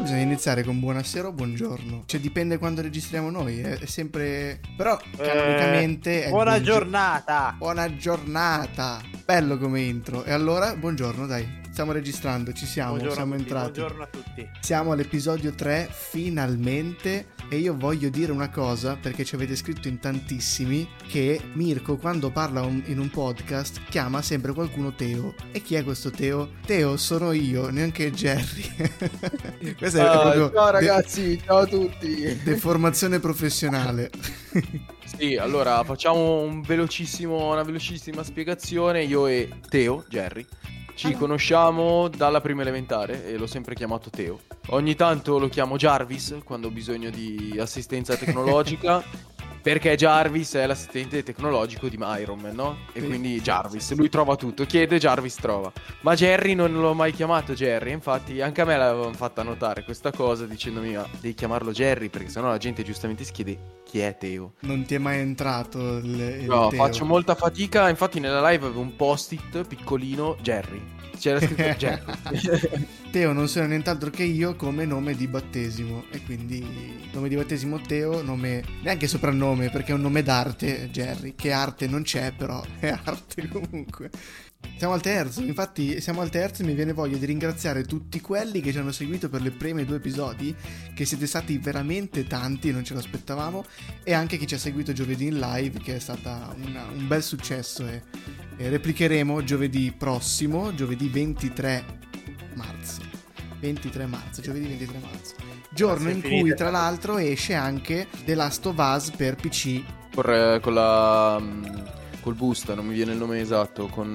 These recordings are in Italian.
bisogna iniziare con buonasera o buongiorno. Cioè dipende quando registriamo noi, è sempre... Però canonicamente è buona giornata. Buona giornata. Bello come intro. E allora, buongiorno, dai. Stiamo registrando, ci siamo, Buongiorno siamo a tutti, entrati. buongiorno a tutti. Siamo all'episodio 3, finalmente. E io voglio dire una cosa, perché ci avete scritto in tantissimi, che Mirko quando parla in un podcast chiama sempre qualcuno Teo. E chi è questo Teo? Teo sono io, neanche Jerry. Questa è proprio ciao ragazzi, ciao a tutti. Deformazione professionale. Sì, allora facciamo una velocissima spiegazione. Io e Teo, Jerry, ci conosciamo dalla prima elementare e l'ho sempre chiamato Teo. Ogni tanto lo chiamo Jarvis quando ho bisogno di assistenza tecnologica, perché Jarvis è l'assistente tecnologico di Iron Man, no? E quindi Jarvis, lui trova tutto, chiede, Jarvis trova. Ma Jerry non l'ho mai chiamato Jerry, infatti anche a me l'avevano fatta notare questa cosa dicendomi ma devi chiamarlo Jerry perché sennò la gente giustamente si chiede chi è Teo. Non ti è mai entrato il No, Teo? faccio molta fatica, infatti nella live avevo un post-it piccolino Jerry. C'era scritto Jerry. Teo non sono nient'altro che io come nome di battesimo. E quindi nome di battesimo Teo, nome neanche soprannome perché è un nome d'arte, Jerry. Che arte non c'è, però è arte comunque. Siamo al terzo, infatti siamo al terzo e mi viene voglia di ringraziare tutti quelli che ci hanno seguito per le prime 2 episodi, che siete stati veramente tanti, non ce lo aspettavamo, e anche chi ci ha seguito giovedì in live, che è stata un bel successo, e replicheremo giovedì prossimo, giovedì 23 marzo, giovedì 23 marzo, giorno in cui tra l'altro esce anche The Last of Us per PC. Col boost, non mi viene il nome esatto, col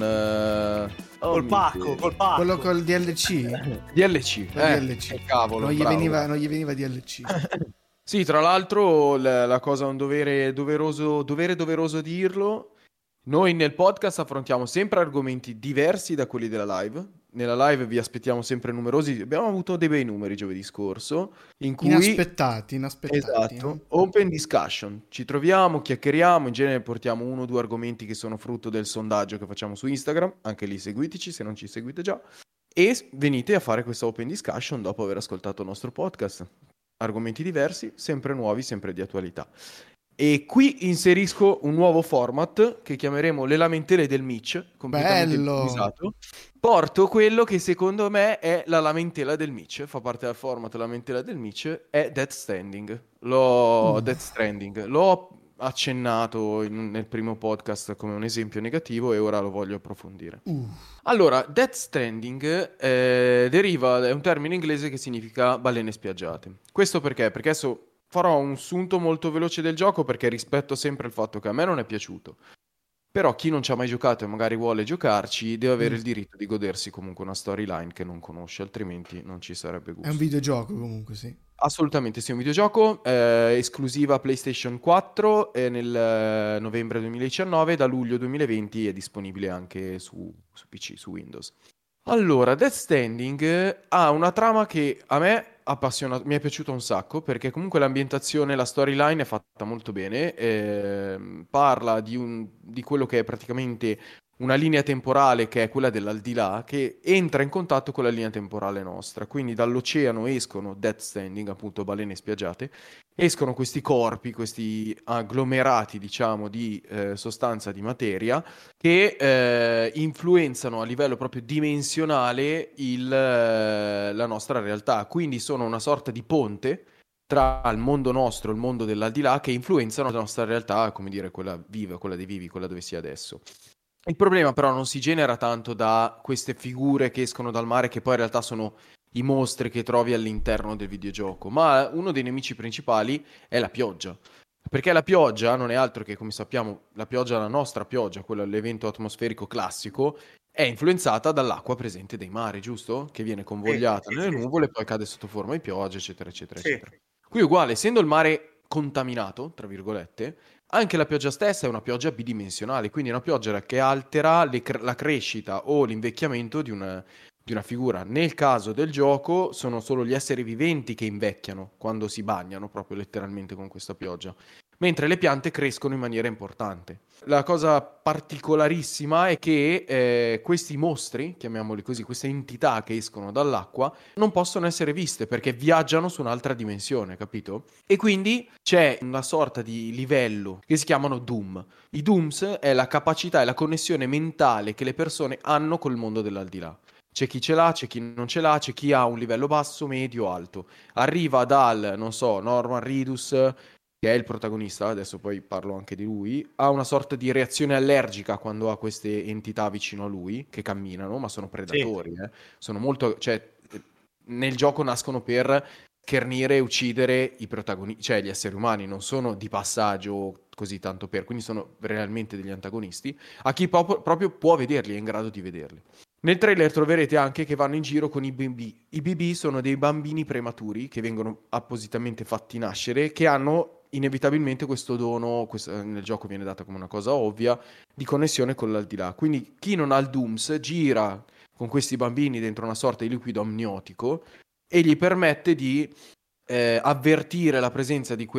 pacco. Quello col DLC. DLC. DLC. Cavolo, non gli veniva DLC. Sì, tra l'altro la cosa, un dovere doveroso dirlo. Noi nel podcast affrontiamo sempre argomenti diversi da quelli della live. Nella live vi aspettiamo sempre numerosi. Abbiamo avuto dei bei numeri giovedì scorso. In cui... Inaspettati. Esatto. Open discussion. Ci troviamo, chiacchieriamo. In genere portiamo 1 o 2 argomenti che sono frutto del sondaggio che facciamo su Instagram. Anche lì seguiteci se non ci seguite già. E venite a fare questa open discussion dopo aver ascoltato il nostro podcast. Argomenti diversi, sempre nuovi, sempre di attualità. E qui inserisco un nuovo format che chiameremo le lamentele del Mitch, completamente improvvisato. Porto quello che secondo me è la lamentela del Mitch, fa parte del format lamentela del Mitch, è Death Stranding. Death Stranding. L'ho accennato nel primo podcast come un esempio negativo e ora lo voglio approfondire. Allora, Death Stranding è un termine inglese che significa balene spiaggiate. Questo perché? Perché adesso farò un sunto molto veloce del gioco perché rispetto sempre il fatto che a me non è piaciuto. Però chi non ci ha mai giocato e magari vuole giocarci deve avere il diritto di godersi comunque una storyline che non conosce, altrimenti non ci sarebbe gusto. È un videogioco comunque, sì. Assolutamente sì, è un videogioco esclusiva PlayStation 4 nel novembre 2019, da luglio 2020 è disponibile anche su PC, su Windows. Allora, Death Stranding ha una trama che a me mi è piaciuta un sacco perché comunque l'ambientazione, la storyline è fatta molto bene, parla di quello che è praticamente una linea temporale che è quella dell'aldilà che entra in contatto con la linea temporale nostra, quindi dall'oceano escono Death Stranding, appunto balene spiaggiate, escono questi corpi, questi agglomerati diciamo di sostanza, di materia che influenzano a livello proprio dimensionale la nostra realtà, quindi sono una sorta di ponte tra il mondo nostro e il mondo dell'aldilà che influenzano la nostra realtà, come dire, quella viva, quella dei vivi, quella dove si è adesso. Il problema però non si genera tanto da queste figure che escono dal mare, che poi in realtà sono i mostri che trovi all'interno del videogioco, ma uno dei nemici principali è la pioggia. Perché la pioggia non è altro che, come sappiamo, la pioggia, la nostra pioggia, quella l'evento atmosferico classico, è influenzata dall'acqua presente dei mari, giusto? Che viene convogliata nelle nuvole e poi cade sotto forma di pioggia, eccetera, eccetera, eccetera. Qui uguale, essendo il mare contaminato, tra virgolette, anche la pioggia stessa è una pioggia bidimensionale, quindi è una pioggia che altera la crescita o l'invecchiamento di una figura. Nel caso del gioco sono solo gli esseri viventi che invecchiano quando si bagnano, proprio letteralmente con questa pioggia. mentre le piante crescono in maniera importante. La cosa particolarissima è che questi mostri, chiamiamoli così, queste entità che escono dall'acqua, non possono essere viste perché viaggiano su un'altra dimensione, capito? E quindi c'è una sorta di livello che si chiamano Doom. I Dooms è la capacità e la connessione mentale che le persone hanno col mondo dell'aldilà. C'è chi ce l'ha, c'è chi non ce l'ha, c'è chi ha un livello basso, medio, alto. Arriva dal, non so, Norman Reedus, che è il protagonista, adesso poi parlo anche di lui, ha una sorta di reazione allergica quando ha queste entità vicino a lui, che camminano, ma sono predatori, Sono molto, cioè, nel gioco nascono per schernire e uccidere i protagonisti, cioè gli esseri umani, non sono di passaggio così tanto per, quindi sono realmente degli antagonisti, a chi proprio può vederli, è in grado di vederli. Nel trailer troverete anche che vanno in giro con i BB. I BB sono dei bambini prematuri che vengono appositamente fatti nascere, che hanno inevitabilmente questo dono, nel gioco viene data come una cosa ovvia, di connessione con l'aldilà. Quindi chi non ha il Dooms gira con questi bambini dentro una sorta di liquido amniotico e gli permette di avvertire la presenza di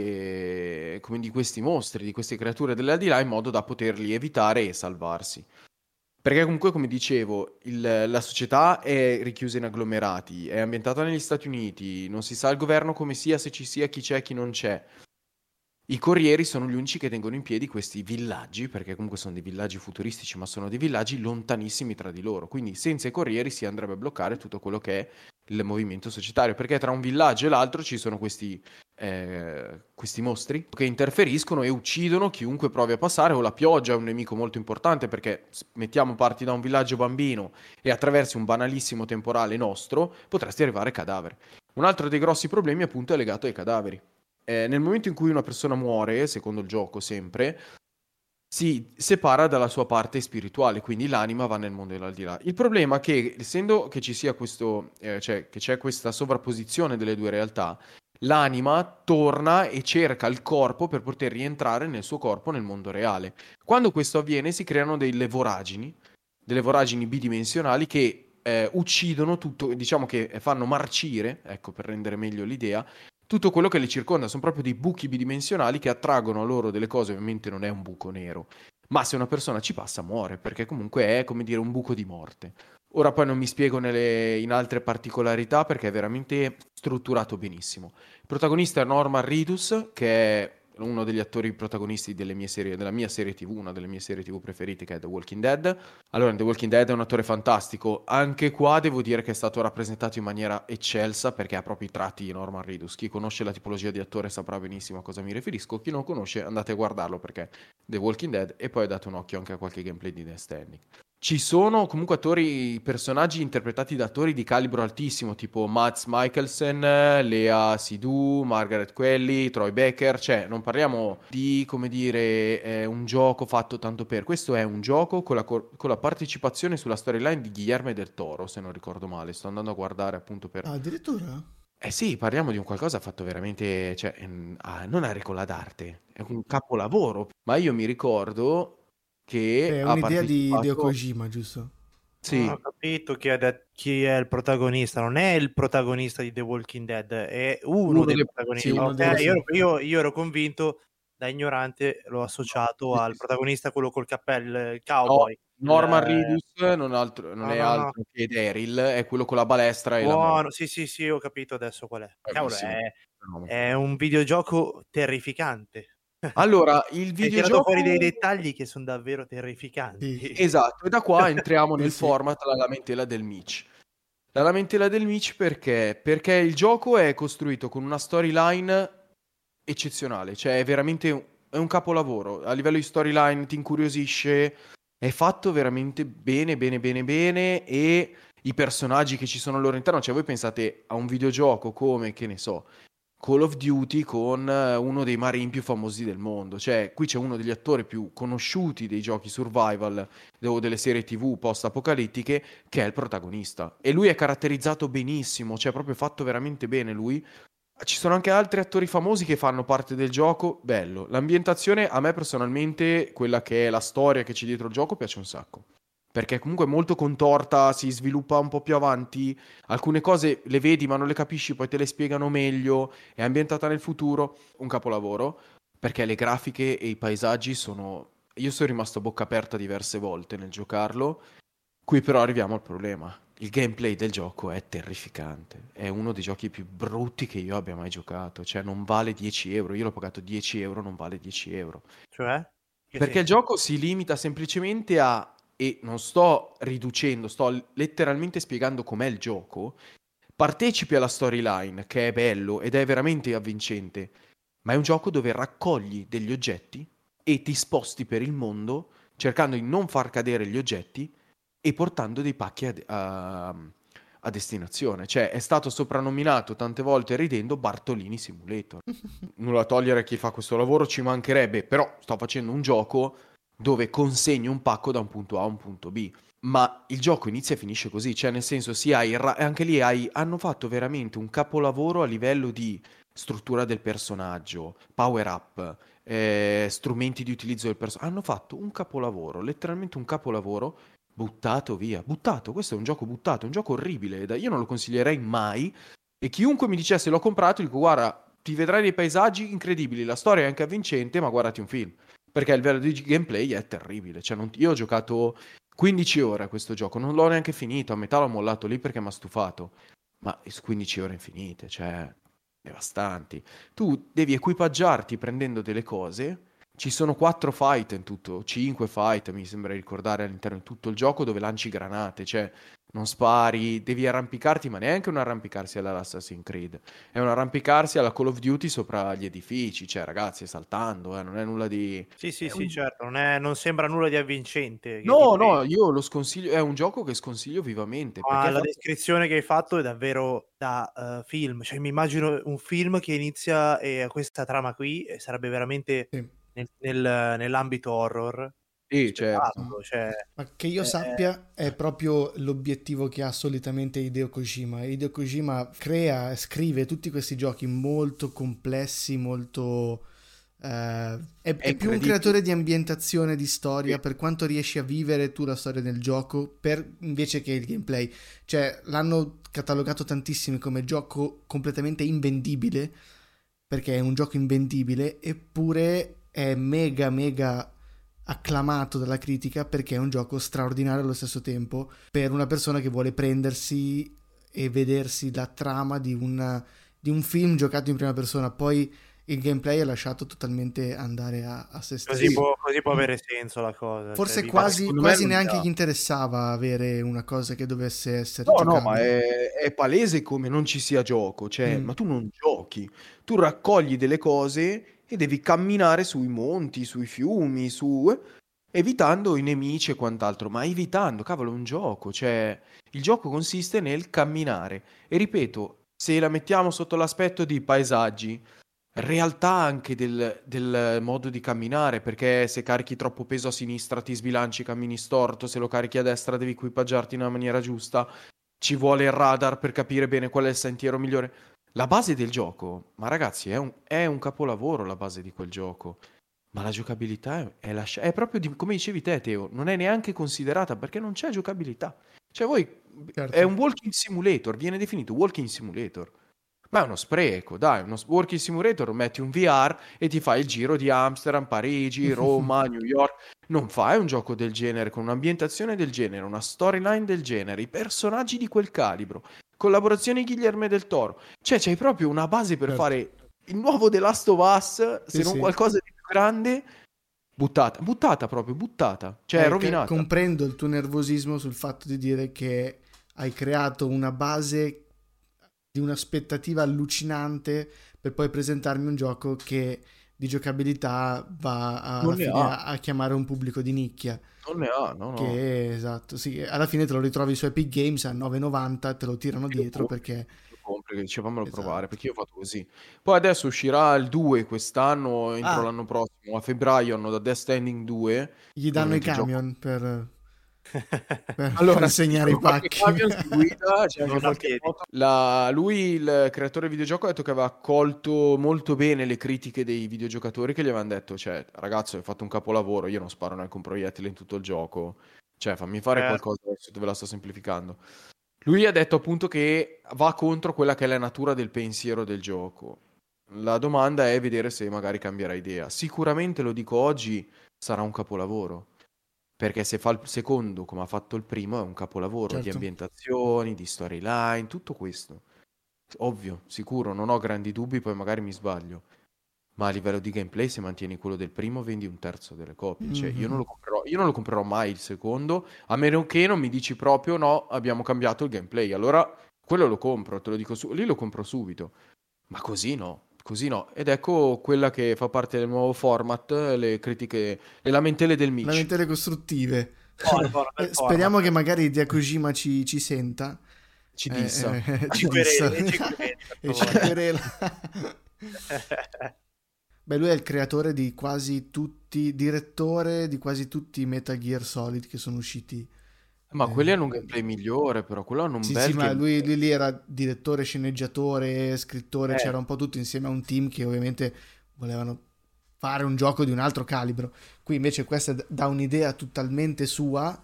questi mostri, di queste creature dell'aldilà in modo da poterli evitare e salvarsi. Perché comunque, come dicevo, la società è richiusa in agglomerati, è ambientata negli Stati Uniti, non si sa il governo come sia, se ci sia, chi c'è, chi non c'è. I corrieri sono gli unici che tengono in piedi questi villaggi, perché comunque sono dei villaggi futuristici, ma sono dei villaggi lontanissimi tra di loro. Quindi senza i corrieri si andrebbe a bloccare tutto quello che è il movimento societario, perché tra un villaggio e l'altro ci sono questi mostri che interferiscono e uccidono chiunque provi a passare, o la pioggia è un nemico molto importante, perché parti da un villaggio bambino e attraversi un banalissimo temporale nostro, potresti arrivare cadavere. Un altro dei grossi problemi appunto è legato ai cadaveri. Nel momento in cui una persona muore, secondo il gioco sempre, si separa dalla sua parte spirituale, quindi l'anima va nel mondo dell'aldilà. Il problema è che, essendo che ci sia che c'è questa sovrapposizione delle due realtà, l'anima torna e cerca il corpo per poter rientrare nel suo corpo nel mondo reale. Quando questo avviene si creano delle voragini bidimensionali che uccidono tutto, diciamo che fanno marcire, ecco, per rendere meglio l'idea, tutto quello che le circonda. Sono proprio dei buchi bidimensionali che attraggono a loro delle cose. Ovviamente non è un buco nero, ma se una persona ci passa muore, perché comunque è, come dire, un buco di morte. Ora poi non mi spiego in altre particolarità, perché è veramente strutturato benissimo. Il protagonista è Norman Reedus, che è uno degli attori protagonisti della mia serie TV, una delle mie serie TV preferite, che è The Walking Dead. Allora, in The Walking Dead è un attore fantastico. Anche qua devo dire che è stato rappresentato in maniera eccelsa, perché ha proprio i tratti di Norman Reedus. Chi conosce la tipologia di attore saprà benissimo a cosa mi riferisco. Chi non conosce, andate a guardarlo, perché The Walking Dead, e poi date un occhio anche a qualche gameplay di Death Stranding. Ci sono comunque personaggi interpretati da attori di calibro altissimo, tipo Mads Mikkelsen, Lea Seydoux, Margaret Qualley, Troy Baker. Cioè, non parliamo di, come dire, un gioco fatto tanto per. Questo è un gioco con la partecipazione sulla storyline di Guillermo del Toro, se non ricordo male. Sto andando a guardare appunto per... Ah, addirittura? Sì, parliamo di un qualcosa fatto veramente, cioè, non a regola d'arte, è un capolavoro. Ma io mi ricordo che È ha un'idea di Hideo partecipato... Kojima, giusto? Sì, Ho capito chi è il protagonista. Non è il protagonista di The Walking Dead, è uno dei protagonisti. sì, uno Ok, dei- io ero convinto, da ignorante, l'ho associato sì, al sì, sì. protagonista, quello col cappello, il No, cowboy. Norman Reedus non No, è no, no. altro che Daryl, è quello con la balestra e la moto. Buono, sì, ho capito adesso qual è. Cavolo, Bravissimo. Fenomeno. è un videogioco terrificante. Allora, il Hai tirato fuori dei videogioco... dettagli che sono davvero terrificanti. Sì. Esatto, e da qua entriamo Sì, nel sì. format la lamentela del Mitch. La lamentela del Mitch perché? Perché il gioco è costruito con una storyline eccezionale, cioè è veramente è un capolavoro. A livello di storyline ti incuriosisce, è fatto veramente bene, bene, bene, bene, e i personaggi che ci sono al loro interno, cioè voi pensate a un videogioco come, che ne so, Call of Duty con uno dei marine più famosi del mondo, cioè qui c'è uno degli attori più conosciuti dei giochi survival o delle serie TV post-apocalittiche, che è il protagonista, e lui è caratterizzato benissimo, cioè proprio fatto veramente bene lui. Ci sono anche altri attori famosi che fanno parte del gioco, bello. L'ambientazione, a me personalmente, quella che è la storia che c'è dietro il gioco, piace un sacco. Perché comunque è molto contorta, si sviluppa un po' più avanti, alcune cose le vedi ma non le capisci, poi te le spiegano meglio, è ambientata nel futuro, un capolavoro. perché le grafiche e i paesaggi sono... Io sono rimasto a bocca aperta diverse volte nel giocarlo. Qui però arriviamo al problema. Il gameplay del gioco è terrificante. È uno dei giochi più brutti che io abbia mai giocato. Cioè non vale 10 euro. Io l'ho pagato 10 euro, non vale 10 euro. Cioè? Che Perché il senso? gioco si limita semplicemente a... E non sto riducendo, sto letteralmente spiegando com'è il gioco. Partecipi alla storyline, che è bello ed è veramente avvincente, ma è un gioco dove raccogli degli oggetti e ti sposti per il mondo cercando di non far cadere gli oggetti e portando dei pacchi a destinazione. Cioè, è stato soprannominato tante volte ridendo Bartolini Simulator. Nulla a togliere a chi fa questo lavoro, ci mancherebbe, però sto facendo un gioco dove consegni un pacco da un punto A a un punto B. Ma il gioco inizia e finisce così, cioè nel senso anche lì hanno fatto veramente un capolavoro a livello di struttura del personaggio, power up, strumenti di utilizzo del personaggio. Hanno fatto un capolavoro, letteralmente un capolavoro buttato via. Buttato, questo è un gioco buttato, un gioco orribile. Io non lo consiglierei mai. E chiunque mi dicesse l'ho comprato, dico guarda, ti vedrai dei paesaggi incredibili, la storia è anche avvincente, ma guardati un film. Perché il livello di gameplay è terribile. Cioè, io ho giocato 15 ore a questo gioco, non l'ho neanche finito, a metà l'ho mollato lì perché mi ha stufato. Ma 15 ore infinite, cioè, devastanti. Tu devi equipaggiarti prendendo delle cose. Ci sono 4 fight in tutto, 5 fight mi sembra ricordare all'interno di tutto il gioco dove lanci granate, cioè non spari, devi arrampicarti, ma neanche un arrampicarsi all'Assassin's Creed, è un arrampicarsi alla Call of Duty sopra gli edifici, cioè ragazzi, saltando, non è nulla di... Sì, sì, è sì, un- certo, non sembra nulla di avvincente che ti No, prenda. no, io lo sconsiglio, è un gioco che sconsiglio vivamente, perché Ma è la fatto... descrizione che hai fatto è davvero da film, cioè mi immagino un film che inizia e ha questa trama qui e sarebbe veramente Sì. nell'ambito horror, Sì, certo. No. spettacolo, cioè, Ma che io sappia è proprio l'obiettivo che ha solitamente Hideo Kojima. Hideo Kojima crea e scrive tutti questi giochi molto complessi, molto... è più un incredibile. creatore di ambientazione, di storia, Sì. per quanto riesci a vivere tu la storia del gioco, invece che il gameplay. Cioè, l'hanno catalogato tantissimi come gioco completamente invendibile, perché è un gioco invendibile, eppure è mega mega acclamato dalla critica perché è un gioco straordinario allo stesso tempo per una persona che vuole prendersi e vedersi la trama di un film giocato in prima persona. Poi il gameplay è lasciato totalmente andare a se stesso. così può avere senso la cosa. Forse Cioè, quasi, secondo me quasi non neanche ha. gli interessava avere una cosa che dovesse essere No, no, ma giocabile. è palese come non ci sia gioco, cioè, Mm, ma tu non giochi, tu raccogli delle cose e devi camminare sui monti, sui fiumi, evitando i nemici e quant'altro, ma evitando, cavolo, è un gioco, cioè, il gioco consiste nel camminare. E ripeto, se la mettiamo sotto l'aspetto di paesaggi, realtà anche del modo di camminare, perché se carichi troppo peso a sinistra ti sbilanci, cammini storto, se lo carichi a destra devi equipaggiarti nella maniera giusta, ci vuole il radar per capire bene qual è il sentiero migliore. La base del gioco, ma ragazzi, è un capolavoro la base di quel gioco. Ma la giocabilità è proprio come dicevi te, Teo, non è neanche considerata perché non c'è giocabilità. Cioè, è certo. un walking simulator, viene definito walking simulator. Ma è uno spreco, dai, uno walking simulator, metti un VR e ti fai il giro di Amsterdam, Parigi, Roma, New York. Non fai un gioco del genere, con un'ambientazione del genere, una storyline del genere, i personaggi di quel calibro, collaborazioni Guillermo del Toro. Cioè, c'hai proprio una base per Certo. fare il nuovo The Last of Us, Sì, se non sì. qualcosa di più grande, buttata, buttata proprio, buttata, cioè rovinata. Comprendo il tuo nervosismo sul fatto di dire che hai creato una base di un'aspettativa allucinante per poi presentarmi un gioco che di giocabilità va alla Non ne fine ha, a chiamare un pubblico di nicchia. non ne ha, no, no. Che esatto, sì, alla fine te lo ritrovi su Epic Games a 9,90, te lo tirano dietro perché Lo compri, che dicevamelo provare, esatto. perché io ho fatto così. Poi adesso uscirà il 2 quest'anno, entro Ah, l'anno prossimo, a febbraio hanno da Death Stranding 2, gli danno i ovviamente il gioco. camion per Allora, sì, consegnare i con qualche pacchi. camion si guida, c'è anche non a qualche piedi. moto. Lui, il creatore del videogioco, ha detto che aveva accolto molto bene le critiche dei videogiocatori che gli avevano detto, cioè, ragazzo, hai fatto un capolavoro, io non sparo neanche un proiettile in tutto il gioco, cioè, fammi fare qualcosa adesso, dove la sto semplificando. Lui ha detto appunto che va contro quella che è la natura del pensiero del gioco. La domanda è vedere se magari cambierà idea. Sicuramente, lo dico oggi, sarà un capolavoro. Perché se fa il secondo come ha fatto il primo è un capolavoro di Certo. ambientazioni, di storyline, tutto questo. Ovvio, sicuro, non ho grandi dubbi, poi magari mi sbaglio. Ma a livello di gameplay, se mantieni quello del primo, vendi un terzo delle copie. Cioè, Mhm. io non lo comprerò mai il secondo, a meno che non mi dici proprio no, abbiamo cambiato il gameplay. Allora, quello lo compro, te lo dico lì lo compro subito. Ma così no, così no. Ed ecco quella che fa parte del nuovo format, le critiche, le lamentele del Mitch. Lamentele costruttive. Buono, bel Speriamo format. che magari Hideo Kojima ci senta. Ci dissa. Ci dissa. Ci quereli, per E ci favore. querela. Beh, lui è il creatore di quasi tutti, direttore di quasi tutti i Metal Gear Solid che sono usciti. Ma quelli hanno un gameplay migliore, però quello hanno un Sì, bel sì, ma lui gameplay. lì era direttore, sceneggiatore, scrittore, Eh, c'era un po' tutto insieme a un team che ovviamente volevano fare un gioco di un altro calibro. Qui invece questa dà un'idea totalmente sua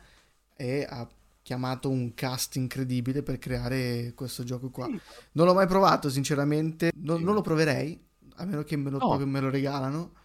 e ha chiamato un cast incredibile per creare questo gioco qua. Sì, Non l'ho mai provato, sinceramente, sì. non lo proverei, a meno che No, proprio me lo regalano.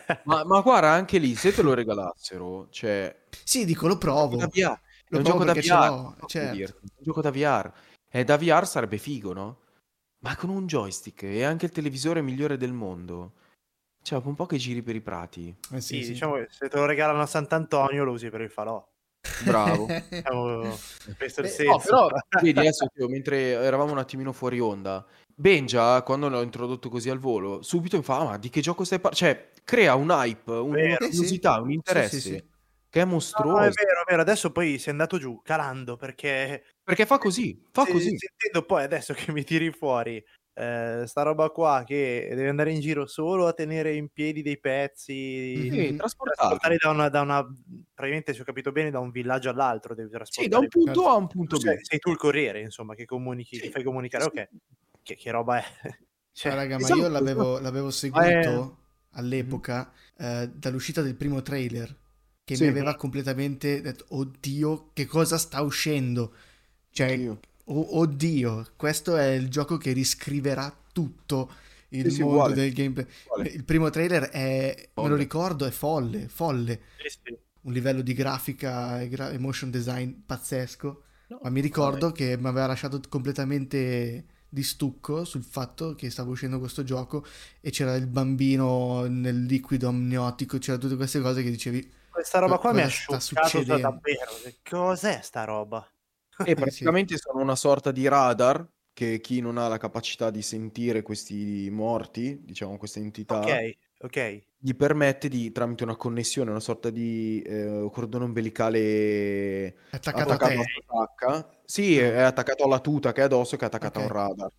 ma guarda, anche lì, se te lo regalassero, cioè, Sì, dico, lo è un gioco da provo. VR, è Lo un provo gioco da perché ce VR, l'ho, non so come certo. dirti, è un gioco da VR. E da VR sarebbe figo, no? Ma con un joystick e anche il televisore migliore del mondo. Cioè, un po' che giri per i prati. Sì, sì, sì. diciamo che se te lo regalano a Sant'Antonio lo usi per il falò. Bravo. Diciamo, questo è il No, senso. però vedi adesso Teo, mentre eravamo un attimino fuori onda, Benja, quando l'ho introdotto così al volo, subito mi fa: "Ah, ma di che gioco stai parlando?" Cioè, crea un hype, una Vero. Sì, sì. curiosità, un Sì, sì, sì. interesse che è No, no, è mostruoso. vero, è vero. Adesso poi sei andato giù, calando, perché Perché fa così, fa così. sentendo poi adesso che mi tiri fuori sta roba qua che deve andare in giro solo a tenere in piedi dei pezzi, Sì, Mhm. trasportare trasportarli. da una praticamente, se ho capito bene, da un villaggio all'altro devi Sì, da un trasportare. punto Certo. A a un Tu punto B. sei tu il corriere, insomma, che comunichi, che Sì, fai sì, comunicare. sì. Okay, che roba è? Ah, Cioè, raga, ma io Esatto, esatto. l'avevo ma è seguito Mh-mh. all'epoca dall'uscita del primo trailer che mi Sì, aveva completamente detto, oddio, che cosa sta uscendo? Cioè, anch'io. oddio, questo è il gioco che riscriverà tutto Sì, il sì, mondo uguale, del gameplay. uguale. Il primo trailer è, me lo Folle. ricordo, è folle, folle. sì, sì. Un livello di grafica e motion design pazzesco. No, Ma mi ma ricordo che mi aveva lasciato completamente di stucco sul fatto che stava uscendo questo gioco e c'era il bambino nel liquido amniotico, c'era tutte queste cose che dicevi Questa roba qua mi ha cosa sta scioccato succedendo. davvero. Che cos'è sta roba? Sì, sì. praticamente sono una sorta di radar che chi non ha la capacità di sentire questi morti, diciamo queste entità, Okay, okay. gli permette di, tramite una connessione, una sorta di cordone ombelicale È attaccato a attaccato a te. sta tacca. Sì, Ah, è attaccato alla tuta che è addosso, che è attaccata a un ok. radar.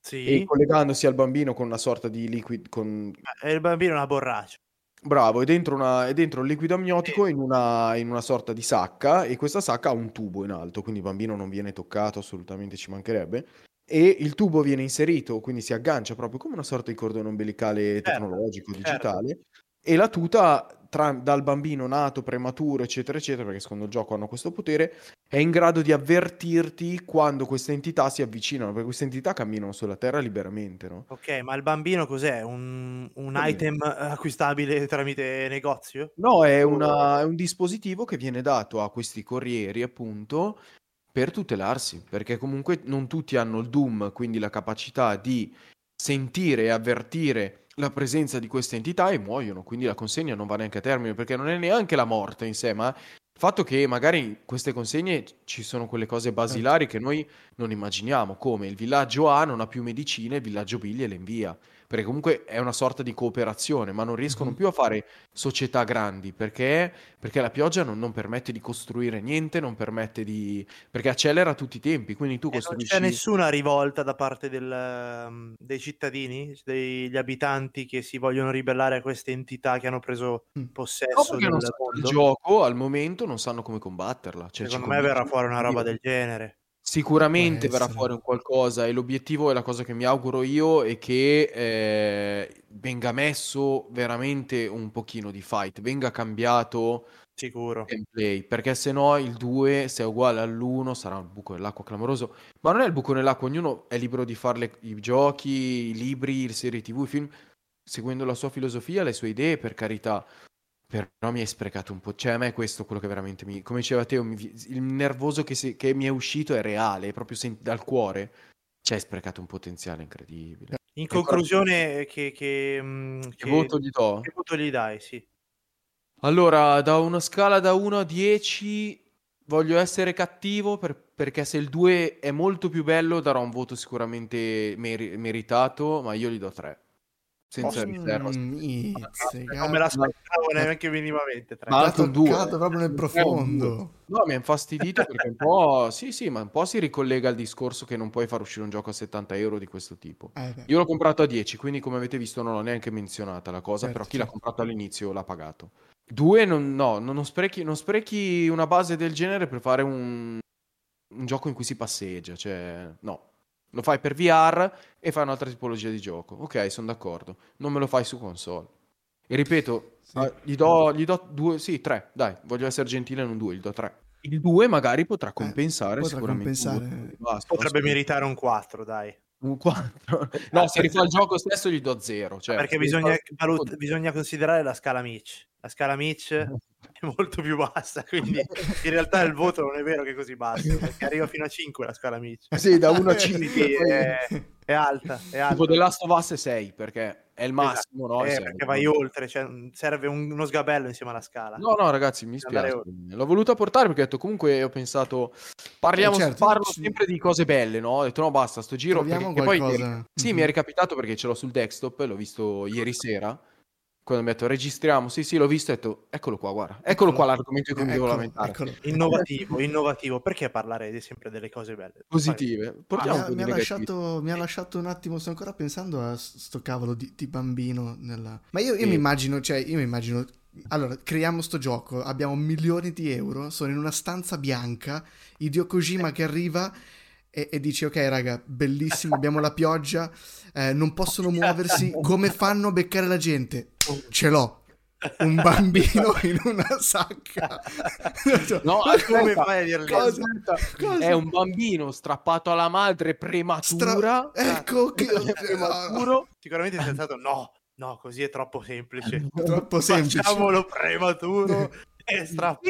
E Sì, collegandosi al bambino con una sorta di liquid, con e il bambino è una borraccia. bravo, è dentro il liquido Sì, amniotico in una sorta di sacca e questa sacca ha un tubo in alto, quindi il bambino non viene toccato, assolutamente ci mancherebbe. E il tubo viene inserito, quindi si aggancia proprio come una sorta di cordone ombelicale certo, tecnologico, certo. digitale, e la tuta dal bambino nato prematuro, eccetera, eccetera, perché secondo il gioco hanno questo potere, è in grado di avvertirti quando queste entità si avvicinano, perché queste entità camminano sulla Terra liberamente, no? Okay, ma il bambino cos'è? Un Come? item acquistabile tramite negozio? No, O è un dispositivo che viene dato a questi corrieri, appunto, per tutelarsi, perché comunque non tutti hanno il Doom, quindi la capacità di sentire e avvertire la presenza di queste entità e muoiono, quindi la consegna non va neanche a termine, perché non è neanche la morte in sé, ma il fatto che magari in queste consegne ci sono quelle cose Certo. basilari che noi non immaginiamo, come il villaggio A non ha più medicine, il villaggio B gliele invia, perché comunque è una sorta di cooperazione, ma non riescono Mhm. più a fare società grandi perché la pioggia non permette di costruire niente, non permette di perché accelera tutti i tempi, quindi tu e non c'è costruisci. nessuna rivolta da parte dei cittadini, degli abitanti che si vogliono ribellare a queste entità che hanno preso Mm. No, possesso perché non del sanno il mondo? gioco, al momento non sanno come combatterla, cioè ci Secondo me verrà convinci? fuori una roba Io. del genere. Può Sicuramente verrà essere. fuori un qualcosa e l'obiettivo e la cosa che mi auguro io è che venga messo veramente un pochino di fight, venga cambiato Sicuro. gameplay, perché se no il 2, se è uguale all'1, sarà un buco nell'acqua clamoroso. Ma non è il buco nell'acqua, ognuno è libero di fare i giochi, i libri, le serie TV, i film, seguendo la sua filosofia, le sue idee, per carità. Però mi hai sprecato un po'. Cioè, a me è questo quello che veramente mi... Come diceva Teo, il nervoso che mi è uscito è reale, è proprio dal cuore. Cioè, hai sprecato un potenziale incredibile. In E ancora- conclusione, Che voto gli do? che voto gli dai? Sì. Allora, da una scala da 1 a 10, voglio essere cattivo perché se il 2 è molto più bello, darò un voto sicuramente meritato, ma io gli do 3. Senza riserva. Non me l'aspettavo neanche minimamente. Ti ha Altro un due. toccato proprio nel profondo. No, mi ha infastidito perché un po'... Sì, ma un po' si ricollega al discorso che non puoi far uscire un gioco a 70 euro di questo tipo. Beh. Io l'ho comprato a 10, quindi come avete visto non l'ho neanche menzionata la cosa, Certo, però chi certo. l'ha comprato all'inizio l'ha pagato. 2, non sprechi una base del genere per fare un gioco in cui si passeggia, cioè no. Lo fai per VR e fai un'altra tipologia di gioco. Ok, sono d'accordo. Non me lo fai su console. E ripeto, Sì. gli do 2, sì, 3, dai, voglio essere gentile, non 2, gli do 3. Il 2 magari potrà compensare potrà sicuramente. compensare. Potrebbe meritare un 4, dai. Un 4. No, se rifà il gioco stesso gli do 0. Cioè, Perché bisogna considerare la scala Mitch. La scala Mitch è molto più bassa, quindi in realtà il voto non è vero che è così basso, perché arriva fino a 5 la scala Mitch. Sì, da 1 a 5. Quindi è alta. Tipo The Last of Us è 6, perché è il massimo, Esatto. no? Perché vai oltre, cioè serve uno sgabello insieme alla scala. No, ragazzi, mi Andare spiace. L'ho voluta portare perché ho detto, comunque ho pensato, parlo sempre di cose belle, no? Ho detto no, basta, sto giro. Troviamo Perché poi qualcosa. sì, mi è ricapitato perché ce l'ho sul desktop, l'ho visto ieri sera. Quando mi ha detto registriamo, sì, l'ho visto, ho detto eccolo qua, guarda, eccolo qua l'argomento di cui mi devo lamentare. Innovativo, perché parlare sempre delle cose belle? Positive. Portiamo un po' di mi ha negatività. lasciato un attimo, sto ancora pensando a sto cavolo di bambino nella... Ma io mi immagino, allora, creiamo sto gioco, abbiamo milioni di euro, sono in una stanza bianca, Hideo Kojima che arriva e dice ok raga, bellissimo, abbiamo la pioggia, non possono muoversi, come fanno a beccare la gente? Ce l'ho. Un bambino in una sacca. No, come fai a dirlo? Cosa? È un bambino strappato alla madre prematura. Ecco che prematuro. Sicuramente sei stato no, così è troppo semplice. Troppo semplice. Facciamolo prematuro e strappato.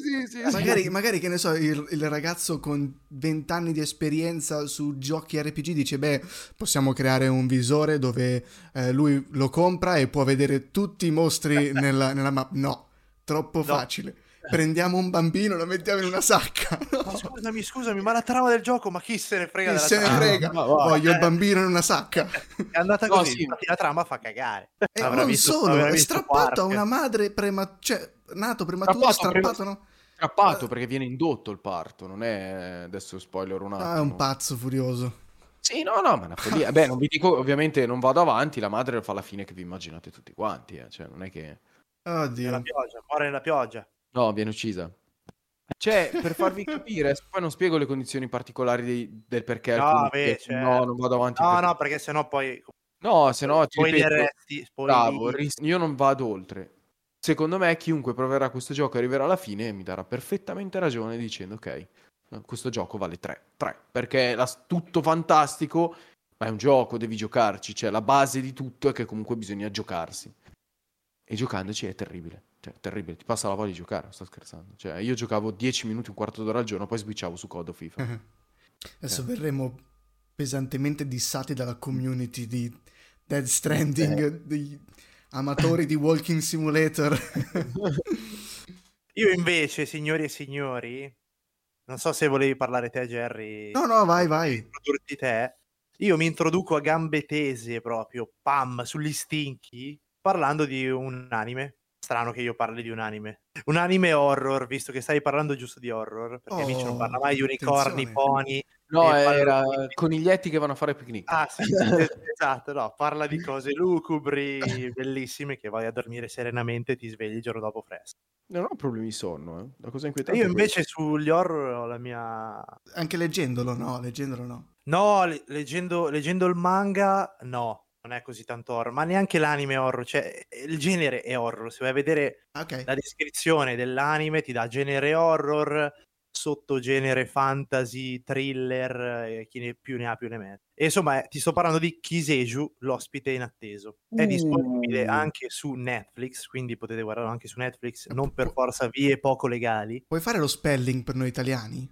Sì. Magari che ne so, il ragazzo con 20 anni di esperienza su giochi RPG dice beh, possiamo creare un visore dove lui lo compra e può vedere tutti i mostri nella mappa. No, troppo facile. Prendiamo un bambino, lo mettiamo in una sacca. No. Scusami, ma la trama del gioco, ma chi se ne frega Chi se ne frega? Voglio il bambino in una sacca. È andata così, sì. La trama fa cagare. E non solo, è strappato a una madre nato prematuro, strappato, no? Strappato perché viene indotto il parto, non è adesso spoiler un attimo. È un pazzo furioso. Sì, no, ma è una follia. Beh, non vi dico, ovviamente non vado avanti, la madre lo fa alla fine che vi immaginate tutti quanti, cioè non è che... Oddio. Nella pioggia, muore nella pioggia. No, viene uccisa. Cioè, per farvi capire, poi non spiego le condizioni particolari del perché. No, non vado avanti. No, perché sennò poi... No, sennò ti ripeto, bravo, spoileri. io non vado oltre. Secondo me chiunque proverà questo gioco arriverà alla fine e mi darà perfettamente ragione dicendo ok, questo gioco vale 3, perché è tutto fantastico, ma è un gioco, devi giocarci, cioè la base di tutto è che comunque bisogna giocarsi. E giocandoci è terribile, cioè terribile, ti passa la voglia di giocare, sto scherzando. Cioè io giocavo 10 minuti, un quarto d'ora al giorno, poi switchavo su COD o FIFA. Adesso verremo pesantemente dissati dalla community di Dead Stranding, di amatori di Walking Simulator. Io invece, signori e signori, non so se volevi parlare te, Jerry. No, vai. Introdurti te. Io mi introduco a gambe tese proprio, pam, sugli stinchi, parlando di un anime. Strano che io parli di un anime horror, visto che stai parlando giusto di horror, perché Amici non parla mai di unicorni, pony. No, era coniglietti che vanno a fare picnic. Ah sì, esatto, no, parla di cose lucubri, bellissime, che vai a dormire serenamente e ti svegli il giorno dopo fresco. Non ho problemi di sonno, La cosa inquietante. Io invece sugli horror ho la mia... Anche leggendolo no. No, leggendo il manga, no. non è così tanto horror, ma neanche l'anime è horror, cioè il genere è horror. Se vai a vedere Ok. la descrizione dell'anime ti dà genere horror, sottogenere fantasy, thriller, e chi ne più ne ha più ne mette. E insomma, ti sto parlando di Kiseiju, l'ospite inatteso. È disponibile anche su Netflix, quindi potete guardarlo anche su Netflix, non per forza vie poco legali. Puoi fare lo spelling per noi italiani?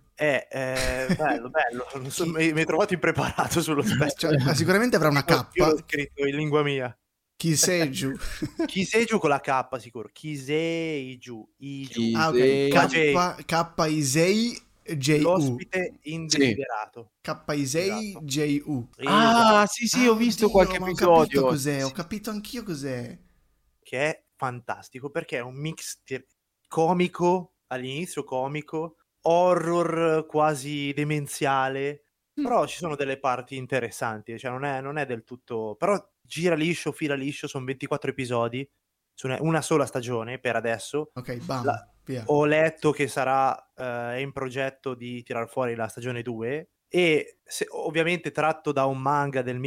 Bello, non so, mi hai trovato impreparato sullo spelling. Cioè, sicuramente avrà una K. Io l'ho scritto in lingua mia. Kiseiju. Kiseiju con la K sicuro. Kiseiju. Iju. Ah, ok. K-Isei J-U. L'ospite indesiderato. K-Isei Esatto. J-U. Ah, sì, ho visto Oddio, qualche ma ho episodio. capito cos'è, Sì, ho sì. capito anch'io cos'è. Che è fantastico perché è un mix comico, all'inizio comico, horror quasi demenziale, però ci sono delle parti interessanti, cioè non è del tutto... Però gira liscio, fila liscio, sono 24 episodi, su una sola stagione per adesso. Ok, bam, via. Ho letto che sarà è in progetto di tirar fuori la stagione 2 e ovviamente tratto da un manga del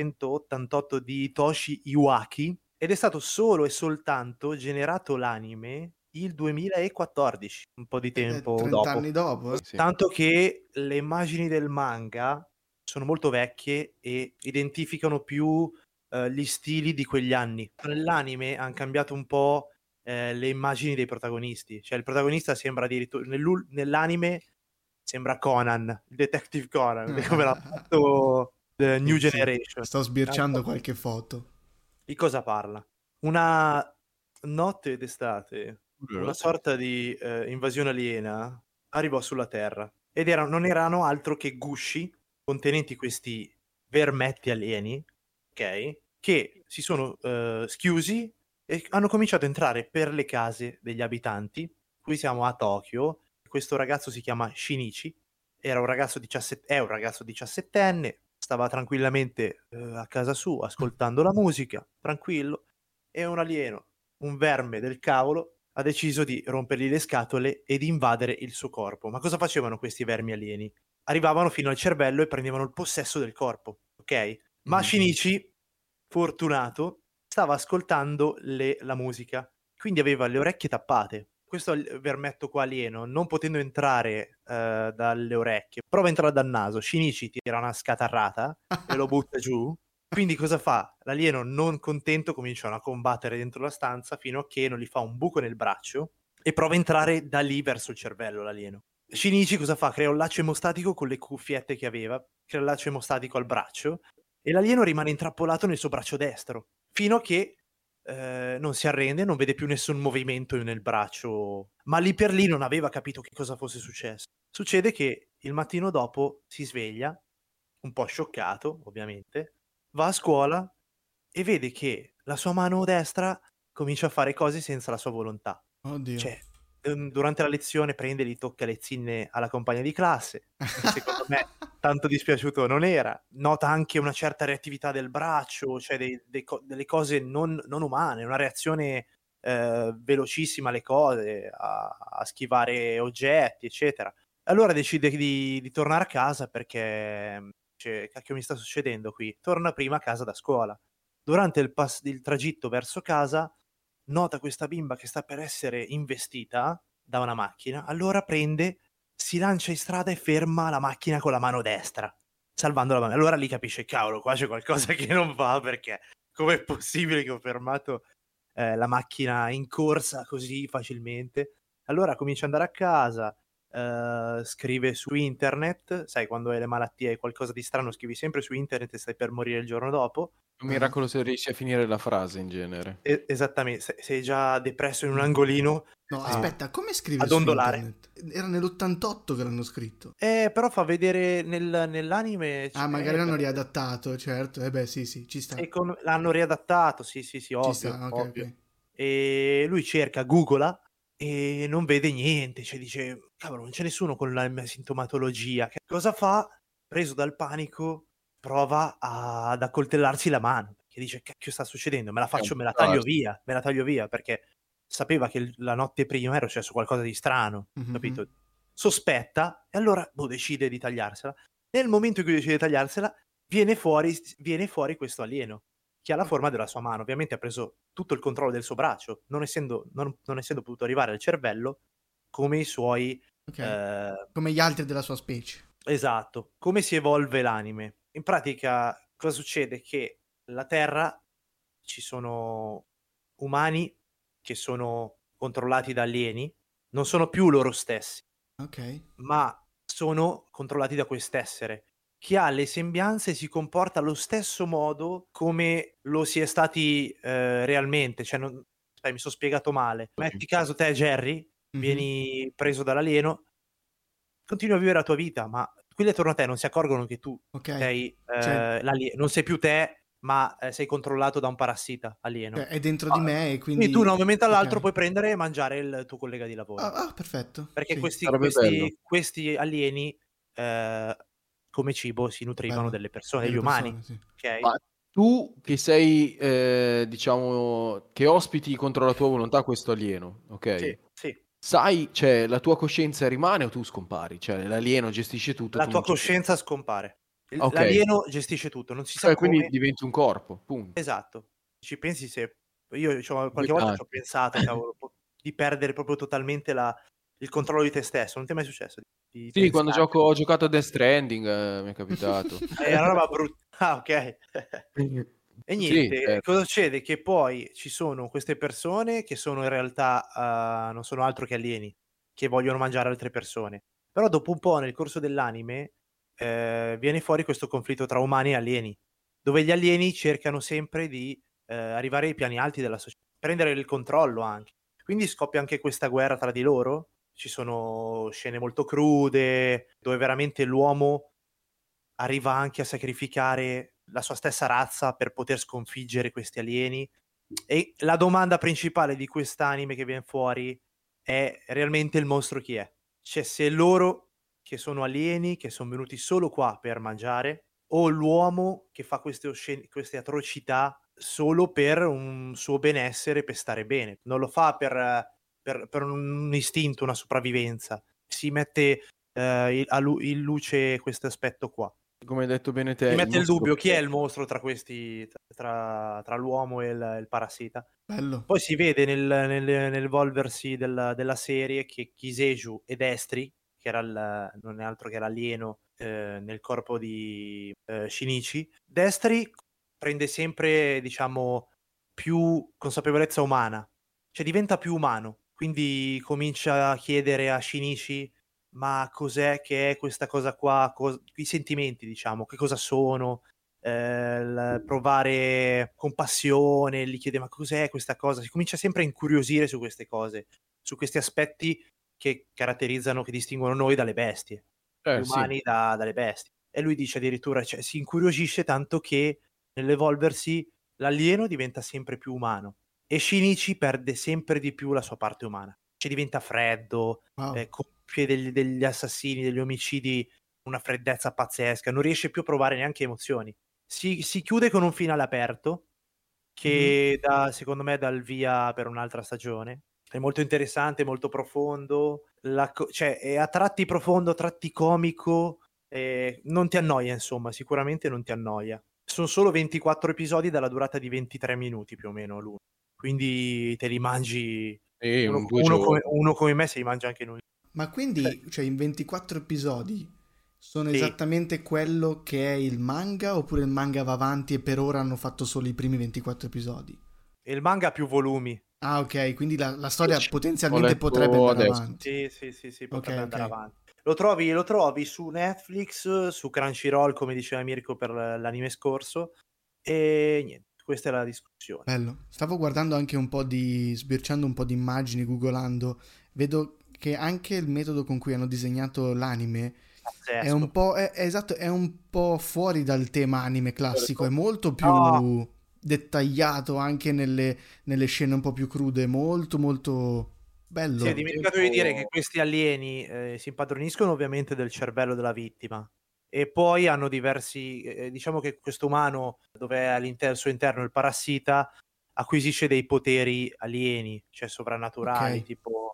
1988 di Hitoshi Iwaki ed è stato solo e soltanto generato l'anime il 2014, un po' di tempo 30 dopo. anni dopo? Sì. Tanto che le immagini del manga sono molto vecchie e identificano più gli stili di quegli anni. Nell'anime hanno cambiato un po' le immagini dei protagonisti, cioè il protagonista sembra addirittura nell'anime sembra Conan, il Detective Conan, come l'ha fatto The New Sì, Generation. sto sbirciando qualche foto. Di cosa parla? Una notte d'estate, una sorta di invasione aliena arrivò sulla Terra ed non erano altro che gusci contenenti questi vermetti alieni, ok? Che si sono schiusi e hanno cominciato a entrare per le case degli abitanti. Qui siamo a Tokyo. Questo ragazzo si chiama Shinichi, è un ragazzo 17enne, stava tranquillamente a casa sua ascoltando la musica, tranquillo, e un alieno, un verme del cavolo, ha deciso di rompergli le scatole e di invadere il suo corpo. Ma cosa facevano questi vermi alieni? Arrivavano fino al cervello e prendevano il possesso del corpo, ok? Ma Shinichi, fortunato, stava ascoltando la musica, quindi aveva le orecchie tappate. Questo vermetto qua alieno, non potendo entrare dalle orecchie, prova a entrare dal naso. Shinichi tira una scatarrata e lo butta giù. Quindi cosa fa? L'alieno, non contento, cominciano a combattere dentro la stanza fino a che non gli fa un buco nel braccio e prova a entrare da lì verso il cervello l'alieno. Shinichi cosa fa? Crea un laccio emostatico con le cuffiette che aveva, crea un laccio emostatico al braccio e l'alieno rimane intrappolato nel suo braccio destro fino a che non si arrende, non vede più nessun movimento nel braccio, ma lì per lì non aveva capito che cosa fosse successo. Succede che il mattino dopo si sveglia, un po' scioccato ovviamente, va a scuola e vede che la sua mano destra comincia a fare cose senza la sua volontà. Oddio. Cioè, durante la lezione prende e gli tocca le zinne alla compagna di classe. Secondo me tanto dispiaciuto non era. Nota anche una certa reattività del braccio, cioè delle cose non umane, una reazione velocissima alle cose, a schivare oggetti, eccetera. Allora decide di tornare a casa perché cacchio mi sta succedendo qui? Torna prima a casa da scuola. Durante il tragitto verso casa nota questa bimba che sta per essere investita da una macchina, allora prende, si lancia in strada e ferma la macchina con la mano destra, salvando la mano. Allora lì capisce, cavolo, qua c'è qualcosa che non va, perché com'è possibile che ho fermato la macchina in corsa così facilmente? Allora comincia ad andare a casa, scrive su internet, sai quando hai le malattie, hai qualcosa di strano, scrivi sempre su internet e stai per morire il giorno dopo. Un miracolo se riesci a finire la frase in genere. Esattamente, sei già depresso in un angolino. No, aspetta, come scrive Ad su ondolare. internet? Era nell'88 che l'hanno scritto. Però fa vedere nell'anime. Magari l'hanno riadattato, certo. Beh, sì, ci sta. L'hanno riadattato, sì, ovvio. Ci sta, ok, ovvio. ok. E lui cerca, googla e non vede niente. Cioè dice, cavolo, non c'è nessuno con la mia sintomatologia. Che cosa fa? Preso dal panico, prova ad accoltellarsi la mano. Che dice, cacchio sta succedendo? Me la taglio via, perché sapeva che la notte prima era successo qualcosa di strano, capito? Sospetta e allora decide di tagliarsela. Nel momento in cui decide di tagliarsela viene fuori questo alieno che ha la forma della sua mano. Ovviamente ha preso tutto il controllo del suo braccio, non essendo potuto arrivare al cervello come i suoi... Ok. Come gli altri della sua specie. Esatto. Come si evolve l'anime? In pratica, cosa succede? Che la Terra ci sono umani che sono controllati da alieni, non sono più loro stessi, Ok. ma sono controllati da quest'essere che ha le sembianze e si comporta allo stesso modo come lo si è stati realmente. Cioè, mi sono spiegato male. Metti caso te, Jerry, vieni preso dall'alieno, continui a vivere la tua vita, ma quelli attorno a te non si accorgono che tu sei Cioè, non sei più te, ma sei controllato da un parassita alieno. è dentro di me e Quindi quindi... tu da un momento all'altro ok. puoi prendere e mangiare il tuo collega di lavoro. Perfetto. Perché Sì, Sarebbe bello. questi alieni come cibo si nutrivano bello. delle persone, degli Delle umani. persone, sì. Ok? Ma tu che sei, diciamo, che ospiti contro la tua volontà questo alieno, ok? Sì, sì. Sai, cioè, la tua coscienza rimane o tu scompari? Cioè, l'alieno gestisce tutto, La tu tua non ci sei. coscienza scompare. Ok. L'alieno gestisce tutto, non si sa Cioè, quindi come. diventi un corpo, punto. Esatto. Ci pensi se io qualche volta ci ho Inquietante. pensato, cavolo, di perdere proprio totalmente il controllo di te stesso. Non ti è mai successo di Sì, quando pensare? ho giocato a Death Stranding, mi è capitato. È una roba brutta. Ah, ok. E Sì, niente, certo. cosa succede? Che poi ci sono queste persone che sono in realtà non sono altro che alieni, che vogliono mangiare altre persone. Però dopo un po' nel corso dell'anime viene fuori questo conflitto tra umani e alieni, dove gli alieni cercano sempre di arrivare ai piani alti della società, prendere il controllo anche. Quindi scoppia anche questa guerra tra di loro. Ci sono scene molto crude, dove veramente l'uomo arriva anche a sacrificare la sua stessa razza per poter sconfiggere questi alieni. E la domanda principale di quest'anime che viene fuori è realmente il mostro chi è? Cioè, se loro che sono alieni, che sono venuti solo qua per mangiare, o l'uomo che fa queste atrocità solo per un suo benessere, per stare bene. Non lo fa per un istinto, una sopravvivenza. Si mette in luce questo aspetto qua. Come hai detto bene te, Si il mette il mostro dubbio, chi è che il mostro tra questi, tra l'uomo e il parassita? Bello. Poi si vede nell'evolversi della serie che Kiseju e Destri, che era non è altro che l'alieno nel corpo di Shinichi, Destri prende sempre, diciamo, più consapevolezza umana, cioè diventa più umano, quindi comincia a chiedere a Shinichi ma cos'è che è questa cosa qua, i sentimenti, diciamo, che cosa sono, il provare compassione, gli chiede ma cos'è questa cosa, si comincia sempre a incuriosire su queste cose, su questi aspetti che caratterizzano, che distinguono noi dalle bestie, gli sì. umani dalle bestie. E lui dice addirittura, cioè, si incuriosisce tanto che nell'evolversi l'alieno diventa sempre più umano e Shinichi perde sempre di più la sua parte umana, cioè diventa freddo, Wow. compie degli assassini, degli omicidi, una freddezza pazzesca, non riesce più a provare neanche emozioni. Si chiude con un finale aperto che secondo me dà il via per un'altra stagione. È molto interessante, molto profondo, cioè è a tratti profondo, a tratti comico, non ti annoia insomma, sicuramente non ti annoia. Sono solo 24 episodi dalla durata di 23 minuti più o meno l'uno, quindi te li mangi, Un 2 giorni. uno come me se li mangia anche noi. Ma quindi, cioè, in 24 episodi sono Sì. esattamente quello che è il manga oppure il manga va avanti e per ora hanno fatto solo i primi 24 episodi? E il manga ha più volumi. Ah, ok, quindi la storia Ho potenzialmente potrebbe letto andare adesso. avanti. Sì, Ok, potrebbe andare ok. avanti. Lo trovi su Netflix, su Crunchyroll, come diceva Mirko per l'anime scorso, e niente, questa è la discussione. Bello. Stavo guardando anche un po' sbirciando un po' di immagini, googolando. Vedo che anche il metodo con cui hanno disegnato l'anime è Pazzesco. un po', esatto, è un po' fuori dal tema anime classico, è molto No, più dettagliato anche nelle scene un po' più crude, molto molto si è bello. dimenticato di dire che questi alieni si impadroniscono ovviamente del cervello della vittima e poi hanno diversi, diciamo che questo umano, dove è al suo interno il parassita, acquisisce dei poteri alieni, cioè sovrannaturali, Ok, tipo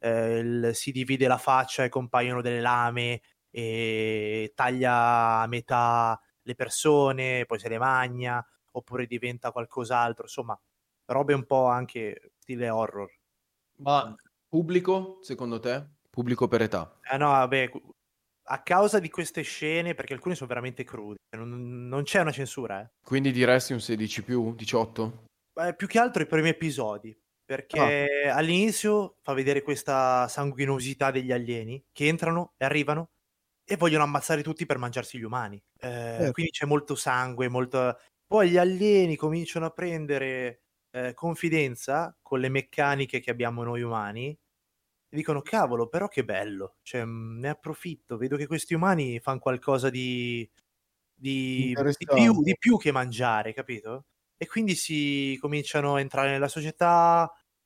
si divide la faccia e compaiono delle lame e taglia a metà le persone, poi se le magna, oppure diventa qualcos'altro, insomma, robe un po' anche stile horror. Ma pubblico, secondo te? Pubblico per età? No, vabbè, a causa di queste scene, perché alcune sono veramente crudi, non c'è una censura, Quindi diresti un 16+, 18? Più che altro i primi episodi, perché all'inizio fa vedere questa sanguinosità degli alieni che entrano e arrivano e vogliono ammazzare tutti per mangiarsi gli umani. Quindi c'è molto sangue, molto... Poi gli alieni cominciano a prendere confidenza con le meccaniche che abbiamo noi umani e dicono, cavolo, però che bello, cioè, ne approfitto, vedo che questi umani fanno qualcosa di Interessante. più che mangiare, capito? E quindi si cominciano a entrare nella società,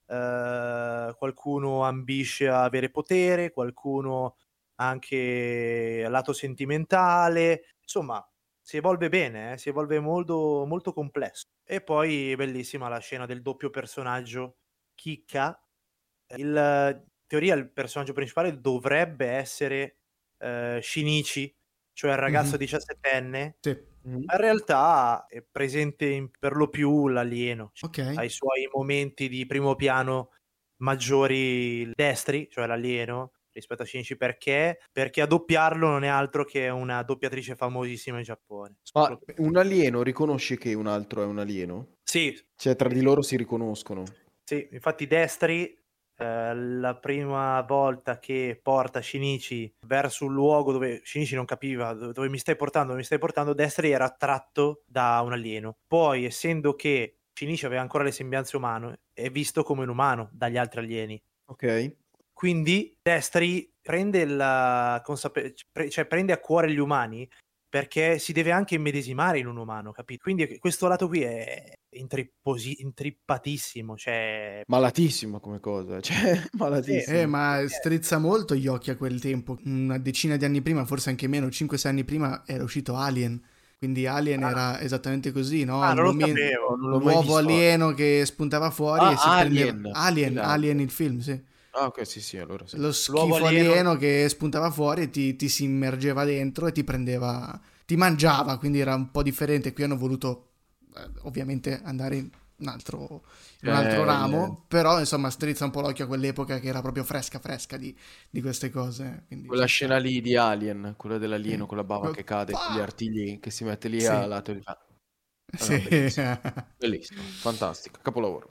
qualcuno ambisce a avere potere, qualcuno anche lato sentimentale, insomma, si evolve bene, si evolve molto, molto complesso. E poi bellissima la scena del doppio personaggio, Chicca. In teoria il personaggio principale dovrebbe essere Shinichi, cioè il ragazzo 17enne, Sì. ma in realtà è presente per lo più l'alieno. Ok. Ha i suoi momenti di primo piano maggiori destri, cioè l'alieno, rispetto a Shinichi, perché a doppiarlo non è altro che una doppiatrice famosissima in Giappone. Ma un alieno riconosce che un altro è un alieno? Sì, Cioè tra di loro si riconoscono? sì, infatti destri, la prima volta che porta Shinichi verso un luogo dove Shinichi non capiva dove mi stai portando, Destri era attratto da un alieno. Poi, essendo che Shinichi aveva ancora le sembianze umane, è visto come un umano dagli altri alieni. Ok. Quindi Destri prende prende a cuore gli umani perché si deve anche immedesimare in un umano, capito? Quindi questo lato qui è intrippatissimo, cioè... Malatissimo come cosa, cioè malatissimo. Ma strizza molto gli occhi a quel tempo. Una decina di anni prima, forse anche meno, 5-6 anni prima, era uscito Alien. Quindi Alien era esattamente così, no? non lo sapevo. Non l'ho mai L'uovo visto. alieno che spuntava fuori e si Alien. prendeva... Alien il film, sì. Ah, ok, sì, allora sì. Lo schifo alieno che spuntava fuori e ti si immergeva dentro e ti prendeva... Ti mangiava, quindi era un po' differente. Qui hanno voluto, ovviamente, andare in un altro ramo, però insomma strizza un po' l'occhio a quell'epoca che era proprio fresca di queste cose. Quindi Quella scena lì di Alien, quella dell'alieno Sì. con la bava che cade, con gli artigli che si mette lì Sì. a lato di fa. Sì. Bellissimo. Bellissimo, fantastico, capolavoro.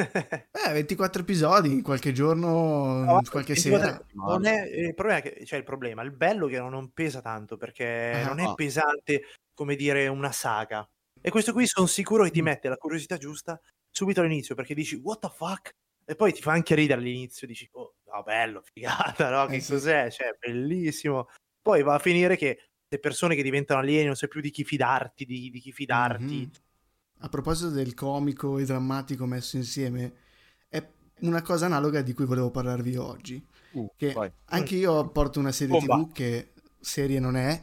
24 episodi in qualche giorno, No, qualche 24 sera. non è, il problema è che c'è il problema. Il bello è che non pesa tanto perché non è pesante come dire una saga. E questo qui sono sicuro che ti mette la curiosità giusta subito all'inizio perché dici what the fuck? E poi ti fa anche ridere all'inizio, dici oh, no, bello, figata, no? Che sì. cos'è? Cioè, bellissimo. Poi va a finire che le persone che diventano alieni non sai più di chi fidarti, di chi fidarti. A proposito del comico e drammatico messo insieme, è una cosa analoga di cui volevo parlarvi oggi. Che vai. anche io porto una serie TV che serie non è.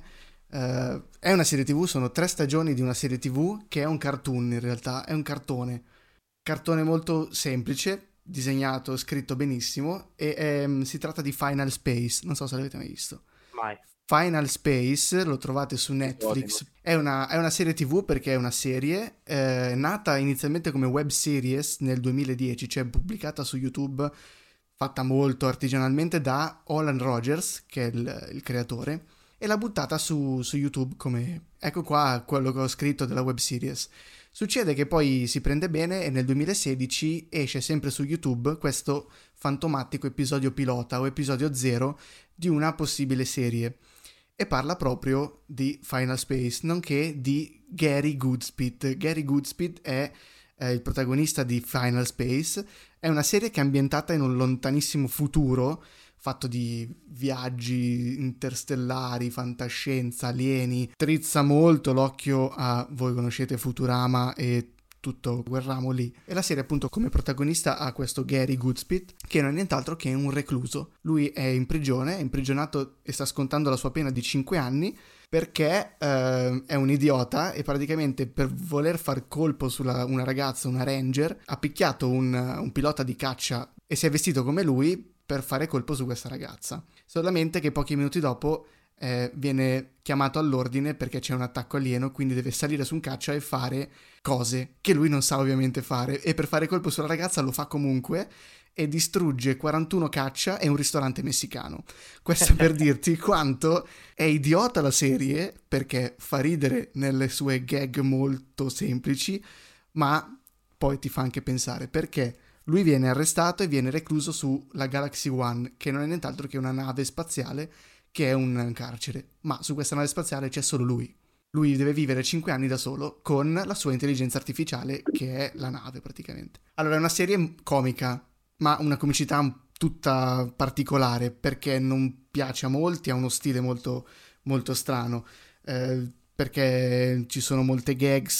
È una serie TV, sono 3 stagioni di una serie TV che è un cartoon in realtà, è un cartone molto semplice, disegnato, scritto benissimo e si tratta di Final Space, non so se l'avete mai visto. Mai. Final Space lo trovate su Netflix, è una serie TV perché è una serie nata inizialmente come web series nel 2010, cioè pubblicata su YouTube, fatta molto artigianalmente da Olan Rogers, che è il creatore, e l'ha buttata su YouTube come, ecco qua quello che ho scritto della web series. Succede che poi si prende bene e nel 2016 esce sempre su YouTube questo fantomatico episodio pilota o episodio 0 di una possibile serie e parla proprio di Final Space, nonché di Gary Goodspeed. Gary Goodspeed è il protagonista di Final Space, è una serie che è ambientata in un lontanissimo futuro fatto di viaggi interstellari, fantascienza, alieni, trizza molto l'occhio a, voi conoscete Futurama e tutto quel ramo lì. E la serie appunto come protagonista ha questo Gary Goodspeed, che non è nient'altro che un recluso. Lui è in prigione, è imprigionato e sta scontando la sua pena di 5 anni perché è un idiota e praticamente per voler far colpo su una ragazza, una ranger, ha picchiato un pilota di caccia e si è vestito come lui per fare colpo su questa ragazza. Solamente che pochi minuti dopo viene chiamato all'ordine perché c'è un attacco alieno, quindi deve salire su un caccia e fare cose che lui non sa ovviamente fare, e per fare colpo sulla ragazza lo fa comunque e distrugge 41 caccia e un ristorante messicano. Questo per dirti quanto è idiota la serie, perché fa ridere nelle sue gag molto semplici, ma poi ti fa anche pensare, perché lui viene arrestato e viene recluso sulla Galaxy One, che non è nient'altro che una nave spaziale che è un carcere, ma su questa nave spaziale c'è solo lui. Lui deve vivere 5 anni da solo con la sua intelligenza artificiale, che è la nave praticamente. Allora è una serie comica, ma una comicità tutta particolare, perché non piace a molti, ha uno stile molto, molto strano, perché ci sono molte gags,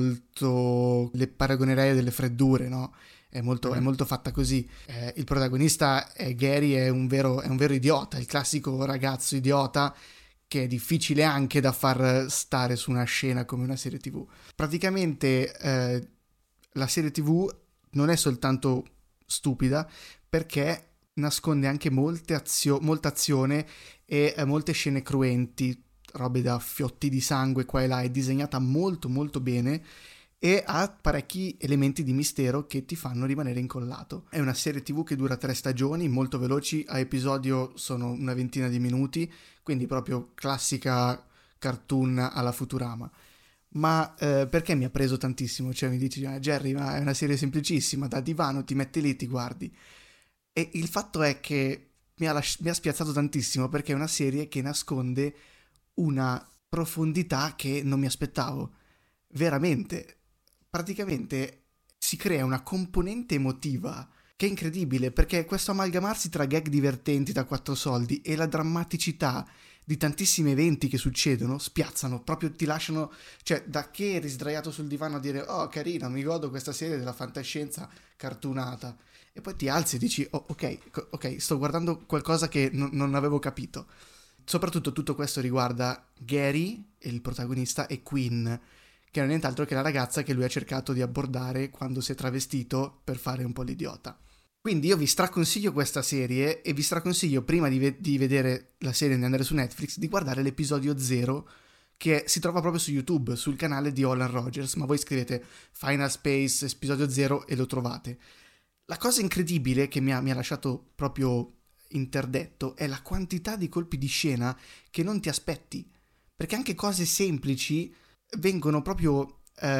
molto le paragonerei a delle freddure, no? È molto fatta così. Il protagonista è Gary, è un vero idiota, il classico ragazzo idiota che è difficile anche da far stare su una scena come una serie TV. Praticamente la serie TV non è soltanto stupida, perché nasconde anche molta azione e molte scene cruenti, robe da fiotti di sangue qua e là, è disegnata molto molto bene e ha parecchi elementi di mistero che ti fanno rimanere incollato. È una serie TV che dura 3 stagioni, molto veloci, a episodio sono una ventina di minuti, quindi proprio classica cartoon alla Futurama. Ma perché mi ha preso tantissimo? Cioè mi dici, Jerry, ma è una serie semplicissima, da divano ti metti lì, ti guardi. E il fatto è che mi ha spiazzato tantissimo, perché è una serie che nasconde una profondità che non mi aspettavo. Veramente, praticamente si crea una componente emotiva che è incredibile, perché questo amalgamarsi tra gag divertenti da 4 soldi e la drammaticità di tantissimi eventi che succedono spiazzano, proprio ti lasciano, cioè da che eri sdraiato sul divano a dire oh carino, mi godo questa serie della fantascienza cartunata, e poi ti alzi e dici oh, ok, sto guardando qualcosa che non avevo capito. Soprattutto tutto questo riguarda Gary, il protagonista, e Quinn, che non è nient'altro che la ragazza che lui ha cercato di abbordare quando si è travestito per fare un po' l'idiota. Quindi io vi straconsiglio questa serie, e vi straconsiglio, prima di vedere la serie e di andare su Netflix, di guardare l'episodio 0, che si trova proprio su YouTube, sul canale di Olan Rogers, ma voi scrivete Final Space episodio 0 e lo trovate. La cosa incredibile che mi ha lasciato proprio interdetto è la quantità di colpi di scena che non ti aspetti, perché anche cose semplici vengono proprio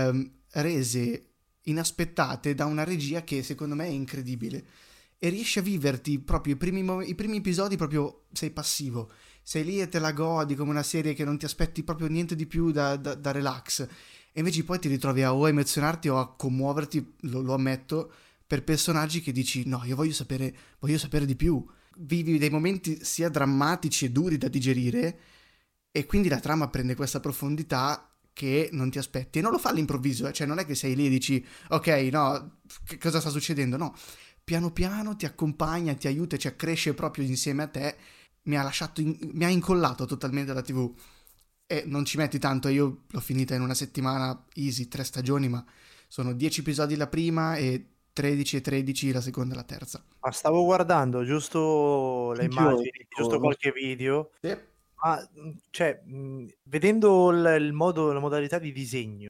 rese inaspettate da una regia che secondo me è incredibile, e riesce a viverti proprio i primi episodi, proprio sei passivo, sei lì e te la godi come una serie che non ti aspetti proprio niente di più da relax, e invece poi ti ritrovi a o emozionarti o a commuoverti, lo ammetto, per personaggi che dici no, io voglio sapere di più. Vivi dei momenti sia drammatici e duri da digerire, e quindi la trama prende questa profondità che non ti aspetti, e non lo fa all'improvviso, cioè non è che sei lì e dici ok, no, che cosa sta succedendo, no, piano piano ti accompagna, ti aiuta, cioè cresce proprio insieme a te. Mi ha incollato totalmente la TV, e non ci metti tanto, io l'ho finita in una settimana easy, 3 stagioni, ma sono 10 episodi la prima e 13 e 13 la seconda e la terza. Ma stavo guardando giusto le immagini, giusto qualche video. Sì. Ma cioè, vedendo il modo, la modalità di disegno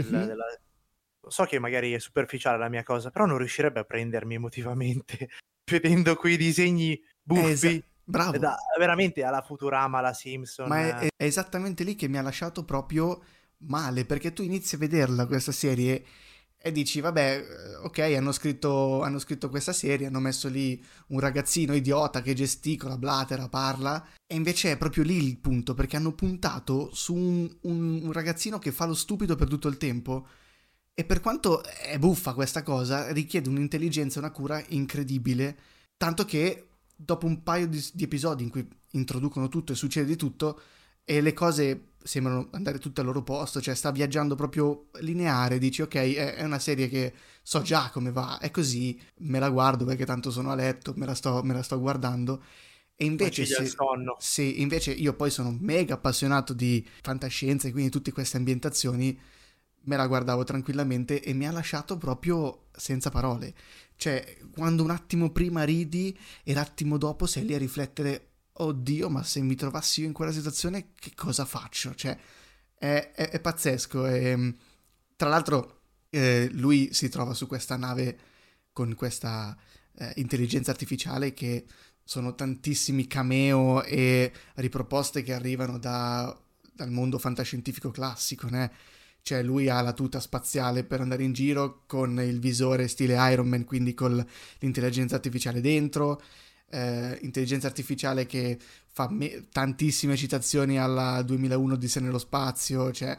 so che magari è superficiale la mia cosa, però non riuscirebbe a prendermi emotivamente vedendo quei disegni buffi. Bravo. Veramente alla Futurama, alla Simpson. Ma è esattamente lì che mi ha lasciato proprio male, perché tu inizi a vederla questa serie e dici vabbè, ok, hanno scritto questa serie, hanno messo lì un ragazzino idiota che gesticola, blatera, parla, e invece è proprio lì il punto, perché hanno puntato su un ragazzino che fa lo stupido per tutto il tempo, e per quanto è buffa questa cosa, richiede un'intelligenza e una cura incredibile, tanto che dopo un paio di episodi in cui introducono tutto e succede di tutto e le cose sembrano andare tutte al loro posto, cioè sta viaggiando proprio lineare, dici ok, è una serie che so già come va, è così, me la guardo perché tanto sono a letto, me la sto guardando. E invece invece io poi sono mega appassionato di fantascienza e quindi tutte queste ambientazioni me la guardavo tranquillamente, e mi ha lasciato proprio senza parole. Cioè, quando un attimo prima ridi e l'attimo dopo sei lì a riflettere oddio, ma se mi trovassi io in quella situazione, che cosa faccio? Cioè, è pazzesco. Tra l'altro, lui si trova su questa nave con questa intelligenza artificiale che sono tantissimi cameo e riproposte che arrivano dal mondo fantascientifico classico, né? Cioè lui ha la tuta spaziale per andare in giro con il visore stile Iron Man, quindi con l'intelligenza artificiale dentro, intelligenza artificiale che fa tantissime citazioni alla 2001 Odissea nello spazio, cioè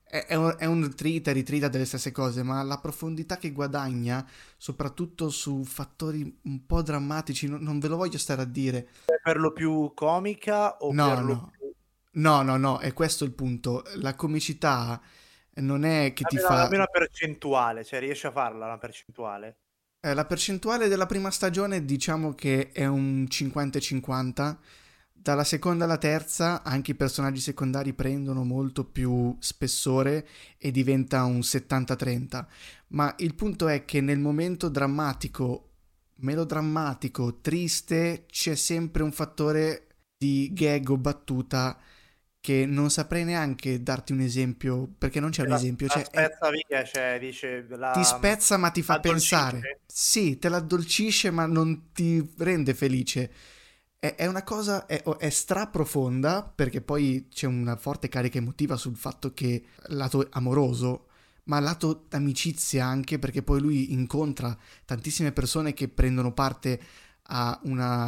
è un trita e ritrita delle stesse cose, ma la profondità che guadagna, soprattutto su fattori un po' drammatici, non ve lo voglio stare a dire. È per lo più comica o No, per lo no. più... No, è questo il punto. La comicità non è che ti fa... Dammi una percentuale, cioè riesci a farla una percentuale? La percentuale della prima stagione diciamo che è un 50-50. Dalla seconda alla terza anche i personaggi secondari prendono molto più spessore e diventa un 70-30. Ma il punto è che nel momento drammatico, melodrammatico, triste, c'è sempre un fattore di gag o battuta che non saprei neanche darti un esempio, perché non c'è un esempio. La Cioè, spezza via, cioè dice... ti spezza ma ti fa pensare. Sì, te l'addolcisce ma non ti rende felice. È una cosa, è straprofonda, perché poi c'è una forte carica emotiva sul fatto che lato amoroso, ma lato amicizia anche, perché poi lui incontra tantissime persone che prendono parte a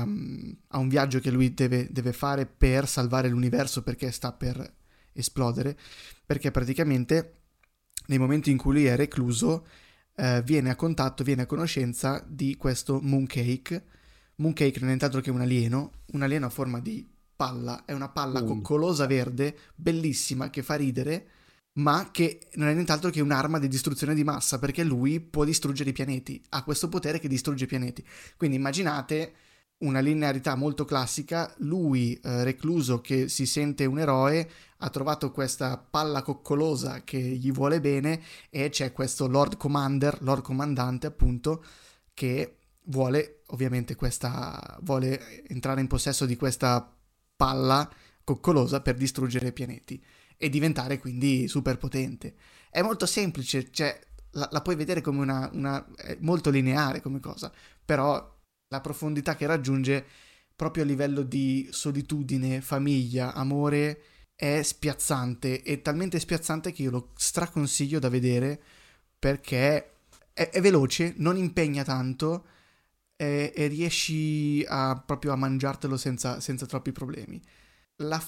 un viaggio che lui deve fare per salvare l'universo, perché sta per esplodere, perché praticamente nei momenti in cui lui è recluso viene a conoscenza di questo Mooncake. Mooncake non è nient'altro che un alieno a forma di palla, è una palla coccolosa verde, bellissima, che fa ridere, ma che non è nient'altro che un'arma di distruzione di massa, perché lui può distruggere i pianeti, ha questo potere che distrugge i pianeti. Quindi immaginate una linearità molto classica, lui recluso che si sente un eroe, ha trovato questa palla coccolosa che gli vuole bene e c'è questo Lord Comandante appunto, che vuole ovviamente vuole entrare in possesso di questa palla coccolosa per distruggere i pianeti e diventare quindi super potente. È molto semplice, cioè la puoi vedere come è molto lineare come cosa, però la profondità che raggiunge proprio a livello di solitudine, famiglia, amore è spiazzante, è talmente spiazzante che io lo straconsiglio da vedere, perché è veloce, non impegna tanto e riesci proprio a mangiartelo senza troppi problemi. La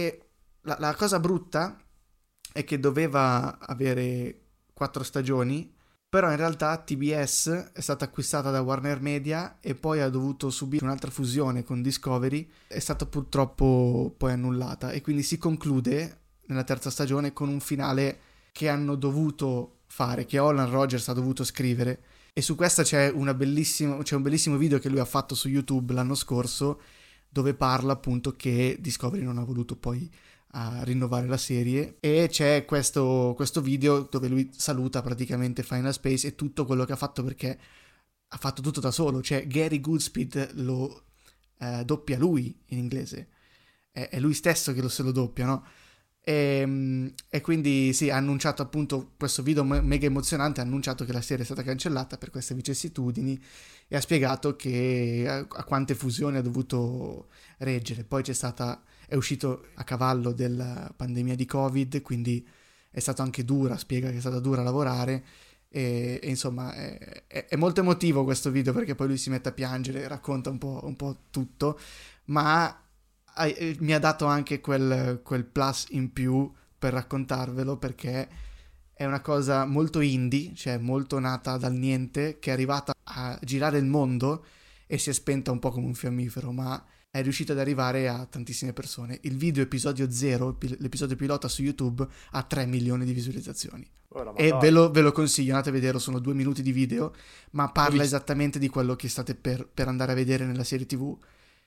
cosa brutta è che doveva avere 4 stagioni, però in realtà TBS è stata acquistata da Warner Media e poi ha dovuto subire un'altra fusione con Discovery, è stata purtroppo poi annullata e quindi si conclude nella terza stagione con un finale che hanno dovuto fare, che Olan Rogers ha dovuto scrivere, e su questa c'è un bellissimo video che lui ha fatto su YouTube l'anno scorso, dove parla appunto che Discovery non ha voluto poi rinnovare la serie, e c'è questo video dove lui saluta praticamente Final Space e tutto quello che ha fatto, perché ha fatto tutto da solo, cioè Gary Goodspeed lo doppia lui in inglese, è lui stesso che se lo doppia, no? E quindi sì, ha annunciato appunto questo video mega emozionante, ha annunciato che la serie è stata cancellata per queste vicissitudini e ha spiegato che a quante fusioni ha dovuto reggere. Poi è uscito a cavallo della pandemia di Covid, quindi è stato anche dura, spiega che è stata dura lavorare e insomma è molto emotivo questo video, perché poi lui si mette a piangere, racconta un po' tutto, ma mi ha dato anche quel plus in più per raccontarvelo, perché è una cosa molto indie, cioè molto nata dal niente, che è arrivata a girare il mondo e si è spenta un po' come un fiammifero, ma è riuscita ad arrivare a tantissime persone. Il video episodio 0, l'episodio pilota su YouTube, ha 3 milioni di visualizzazioni. E ve lo consiglio, andate a vederlo, sono 2 minuti di video, ma parla esattamente di quello che state per andare a vedere nella serie TV.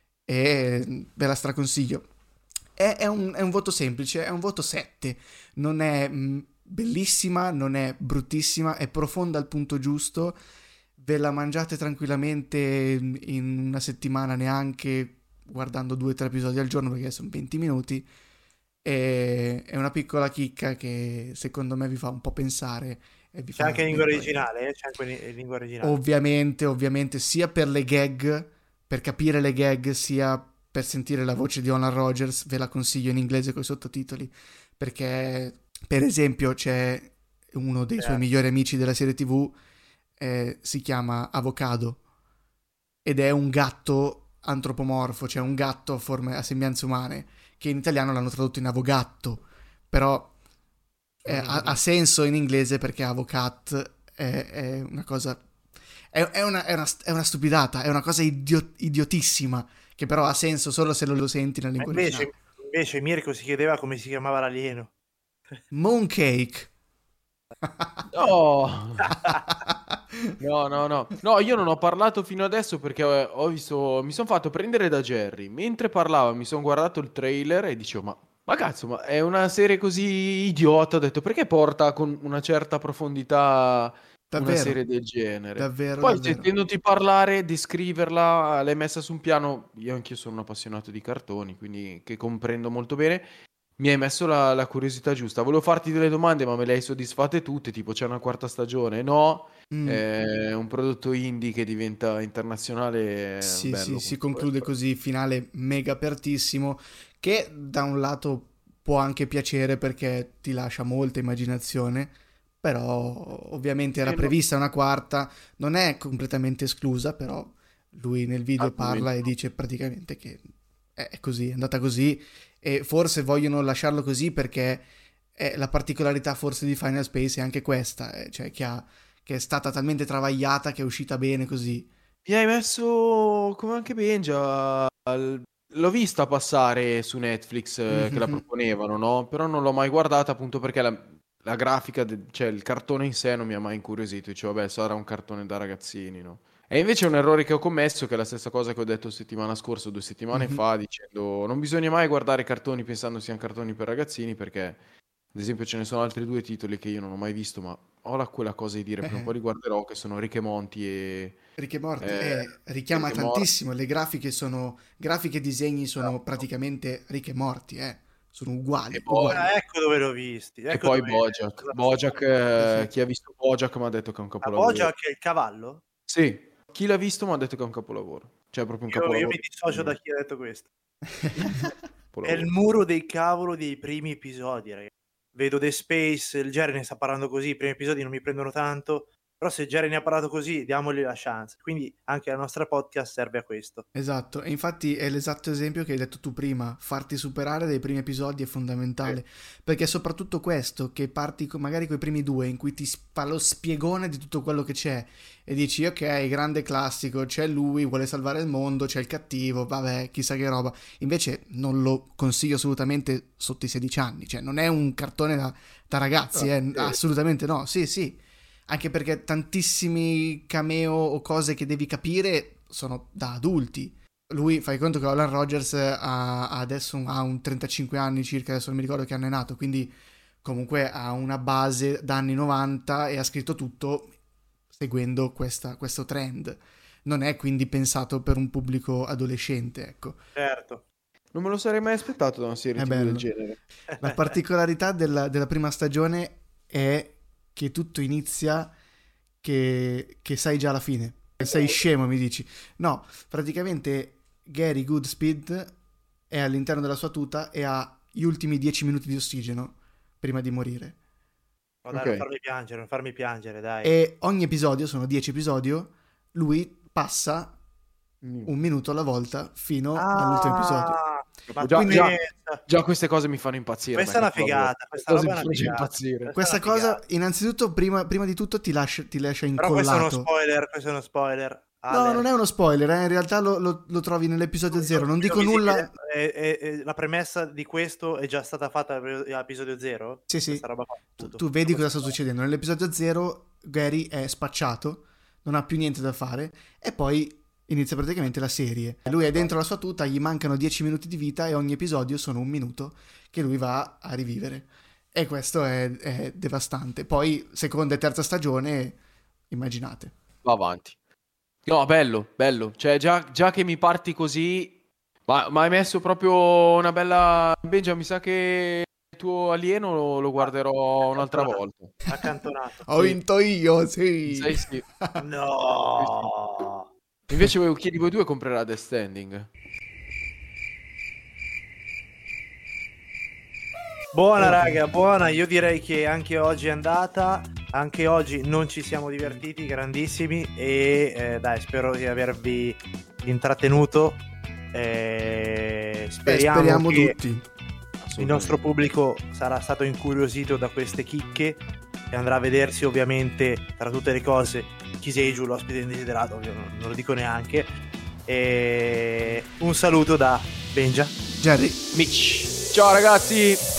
E ve la straconsiglio. È un voto semplice, è un voto 7, non è bellissima, non è bruttissima, è profonda al punto giusto, ve la mangiate tranquillamente in una settimana neanche, guardando 2-3 episodi al giorno perché sono 20 minuti. E è una piccola chicca che secondo me vi fa un po' pensare. E vi C'è fa anche in lingua bene, originale, c'è anche in lingua originale. ovviamente, sia per le gag, per capire le gag, sia per sentire la voce di Ona Rogers, ve la consiglio in inglese con i sottotitoli, perché per esempio c'è uno dei suoi migliori amici della serie TV, si chiama Avocado, ed è un gatto antropomorfo, cioè un gatto a sembianze umane, che in italiano l'hanno tradotto in avogatto, però ha senso in inglese perché avocat è una cosa... È una stupidata, è una cosa idiotissima, che però ha senso solo se lo senti nella lingua originale. Invece Mirko si chiedeva come si chiamava l'alieno. Mooncake. No. No, io non ho parlato fino adesso perché ho visto, mi sono fatto prendere da Jerry. Mentre parlava mi sono guardato il trailer e dicevo, ma cazzo, ma è una serie così idiota, ho detto, perché porta con una certa profondità una serie del genere? Davvero, Poi davvero. sentendoti parlare, descriverla, l'hai messa su un piano, io anch'io sono un appassionato di cartoni, quindi che comprendo molto bene. Mi hai messo la curiosità giusta. Volevo farti delle domande, ma me le hai soddisfatte tutte. Tipo, c'è una quarta stagione? No. È un prodotto indie che diventa internazionale. Sì, Bello, si conclude così, finale mega apertissimo, che da un lato può anche piacere perché ti lascia molta immaginazione, però ovviamente era prevista una quarta, non è completamente esclusa, però lui nel video parla e dice praticamente che è così, è andata così, e forse vogliono lasciarlo così perché la particolarità forse di Final Space è anche questa, cioè che è stata talmente travagliata che è uscita bene così. Mi hai messo come anche Benja. L'ho vista passare su Netflix che la proponevano, no? Però non l'ho mai guardata appunto perché la grafica, cioè il cartone in sé non mi ha mai incuriosito. Dicevo, vabbè, sarà un cartone da ragazzini, no? E invece è un errore che ho commesso, che è la stessa cosa che ho detto settimana scorsa o 2 settimane fa, dicendo non bisogna mai guardare cartoni pensando siano cartoni per ragazzini, perché ad esempio ce ne sono altri 2 titoli che io non ho mai visto, ma ho quella cosa di dire, prima o poi li guarderò, che sono Rick e Morty e... Rick e Morty richiama Rick e Morty. tantissimo, le grafiche e disegni sono praticamente Rick e Morty, sono uguali, E poi, uguali. Ecco dove l'ho visti. e Ecco poi dove... Bojack, chi ha visto Bojack mi ha detto che è un capolavoro. Bojack è il cavallo? Sì, chi l'ha visto mi ha detto che è un capolavoro. Cioè, proprio un Io capolavoro. mi dissocio da chi ha detto questo. È Capolavoro. il muro dei cavolo dei primi episodi, ragazzi. Vedo The Space, il Jerry ne sta parlando così, i primi episodi non mi prendono tanto, però se Jerry ne ha parlato così, diamogli la chance. Quindi anche la nostra podcast serve a questo. Esatto, e infatti è l'esatto esempio che hai detto tu prima, farti superare dai primi episodi è fondamentale, perché è soprattutto questo, che parti magari con i primi 2 in cui ti fa lo spiegone di tutto quello che c'è e dici ok, grande classico, c'è lui, vuole salvare il mondo, c'è il cattivo, vabbè, chissà che roba. Invece non lo consiglio assolutamente sotto i 16 anni, cioè non è un cartone da ragazzi, assolutamente no, sì. Anche perché tantissimi cameo o cose che devi capire sono da adulti. Lui, fai conto che Olan Rogers adesso ha un 35 anni circa, adesso non mi ricordo che anno è nato, quindi comunque ha una base da anni 90 e ha scritto tutto seguendo questo trend. Non è quindi pensato per un pubblico adolescente, ecco. Certo. Non me lo sarei mai aspettato da una serie È TV bello. del genere. La particolarità della prima stagione è che tutto inizia che sai già la fine. Sei scemo, mi dici. No, praticamente Gary Goodspeed è all'interno della sua tuta e ha gli ultimi 10 minuti di ossigeno prima di morire. No, dai, non farmi piangere, dai. E ogni episodio, sono 10 episodi, lui passa un minuto alla volta fino all'ultimo episodio. Ma Già queste cose mi fanno impazzire. Questa è una figata, questa roba è una figata. Impazzire. Questa cosa, innanzitutto, prima di tutto ti lascia incollato. Però questo è uno spoiler. No, non è uno spoiler, in realtà lo trovi nell'episodio 0, non dico nulla. La premessa di questo è già stata fatta all'episodio 0? Sì. Tu vedi cosa sta succedendo. Nell'episodio 0 Gary è spacciato, non ha più niente da fare e poi inizia praticamente la serie. Lui è dentro la sua tuta, gli mancano 10 minuti di vita e ogni episodio sono un minuto che lui va a rivivere. E questo è devastante. Poi seconda e terza stagione, immaginate. Va avanti. No, bello. Cioè, già che mi parti così, Ma hai messo proprio una bella... Benja, mi sa che il tuo alieno lo guarderò un'altra volta. Accantonato. Ho vinto io, sì. Sai sì. No. Invece chi di voi due comprerà Death Stranding? Buona raga, buona. Io direi che anche oggi è andata. Anche oggi non ci siamo divertiti, grandissimi. E dai, spero di avervi intrattenuto. Speriamo che tutti. il nostro pubblico sarà stato incuriosito da queste chicche e andrà a vedersi ovviamente, tra tutte le cose, Chiseiju, l'ospite indesiderato, io non lo dico neanche. E un saluto da Benja, Jerry. Mitch. Ciao ragazzi.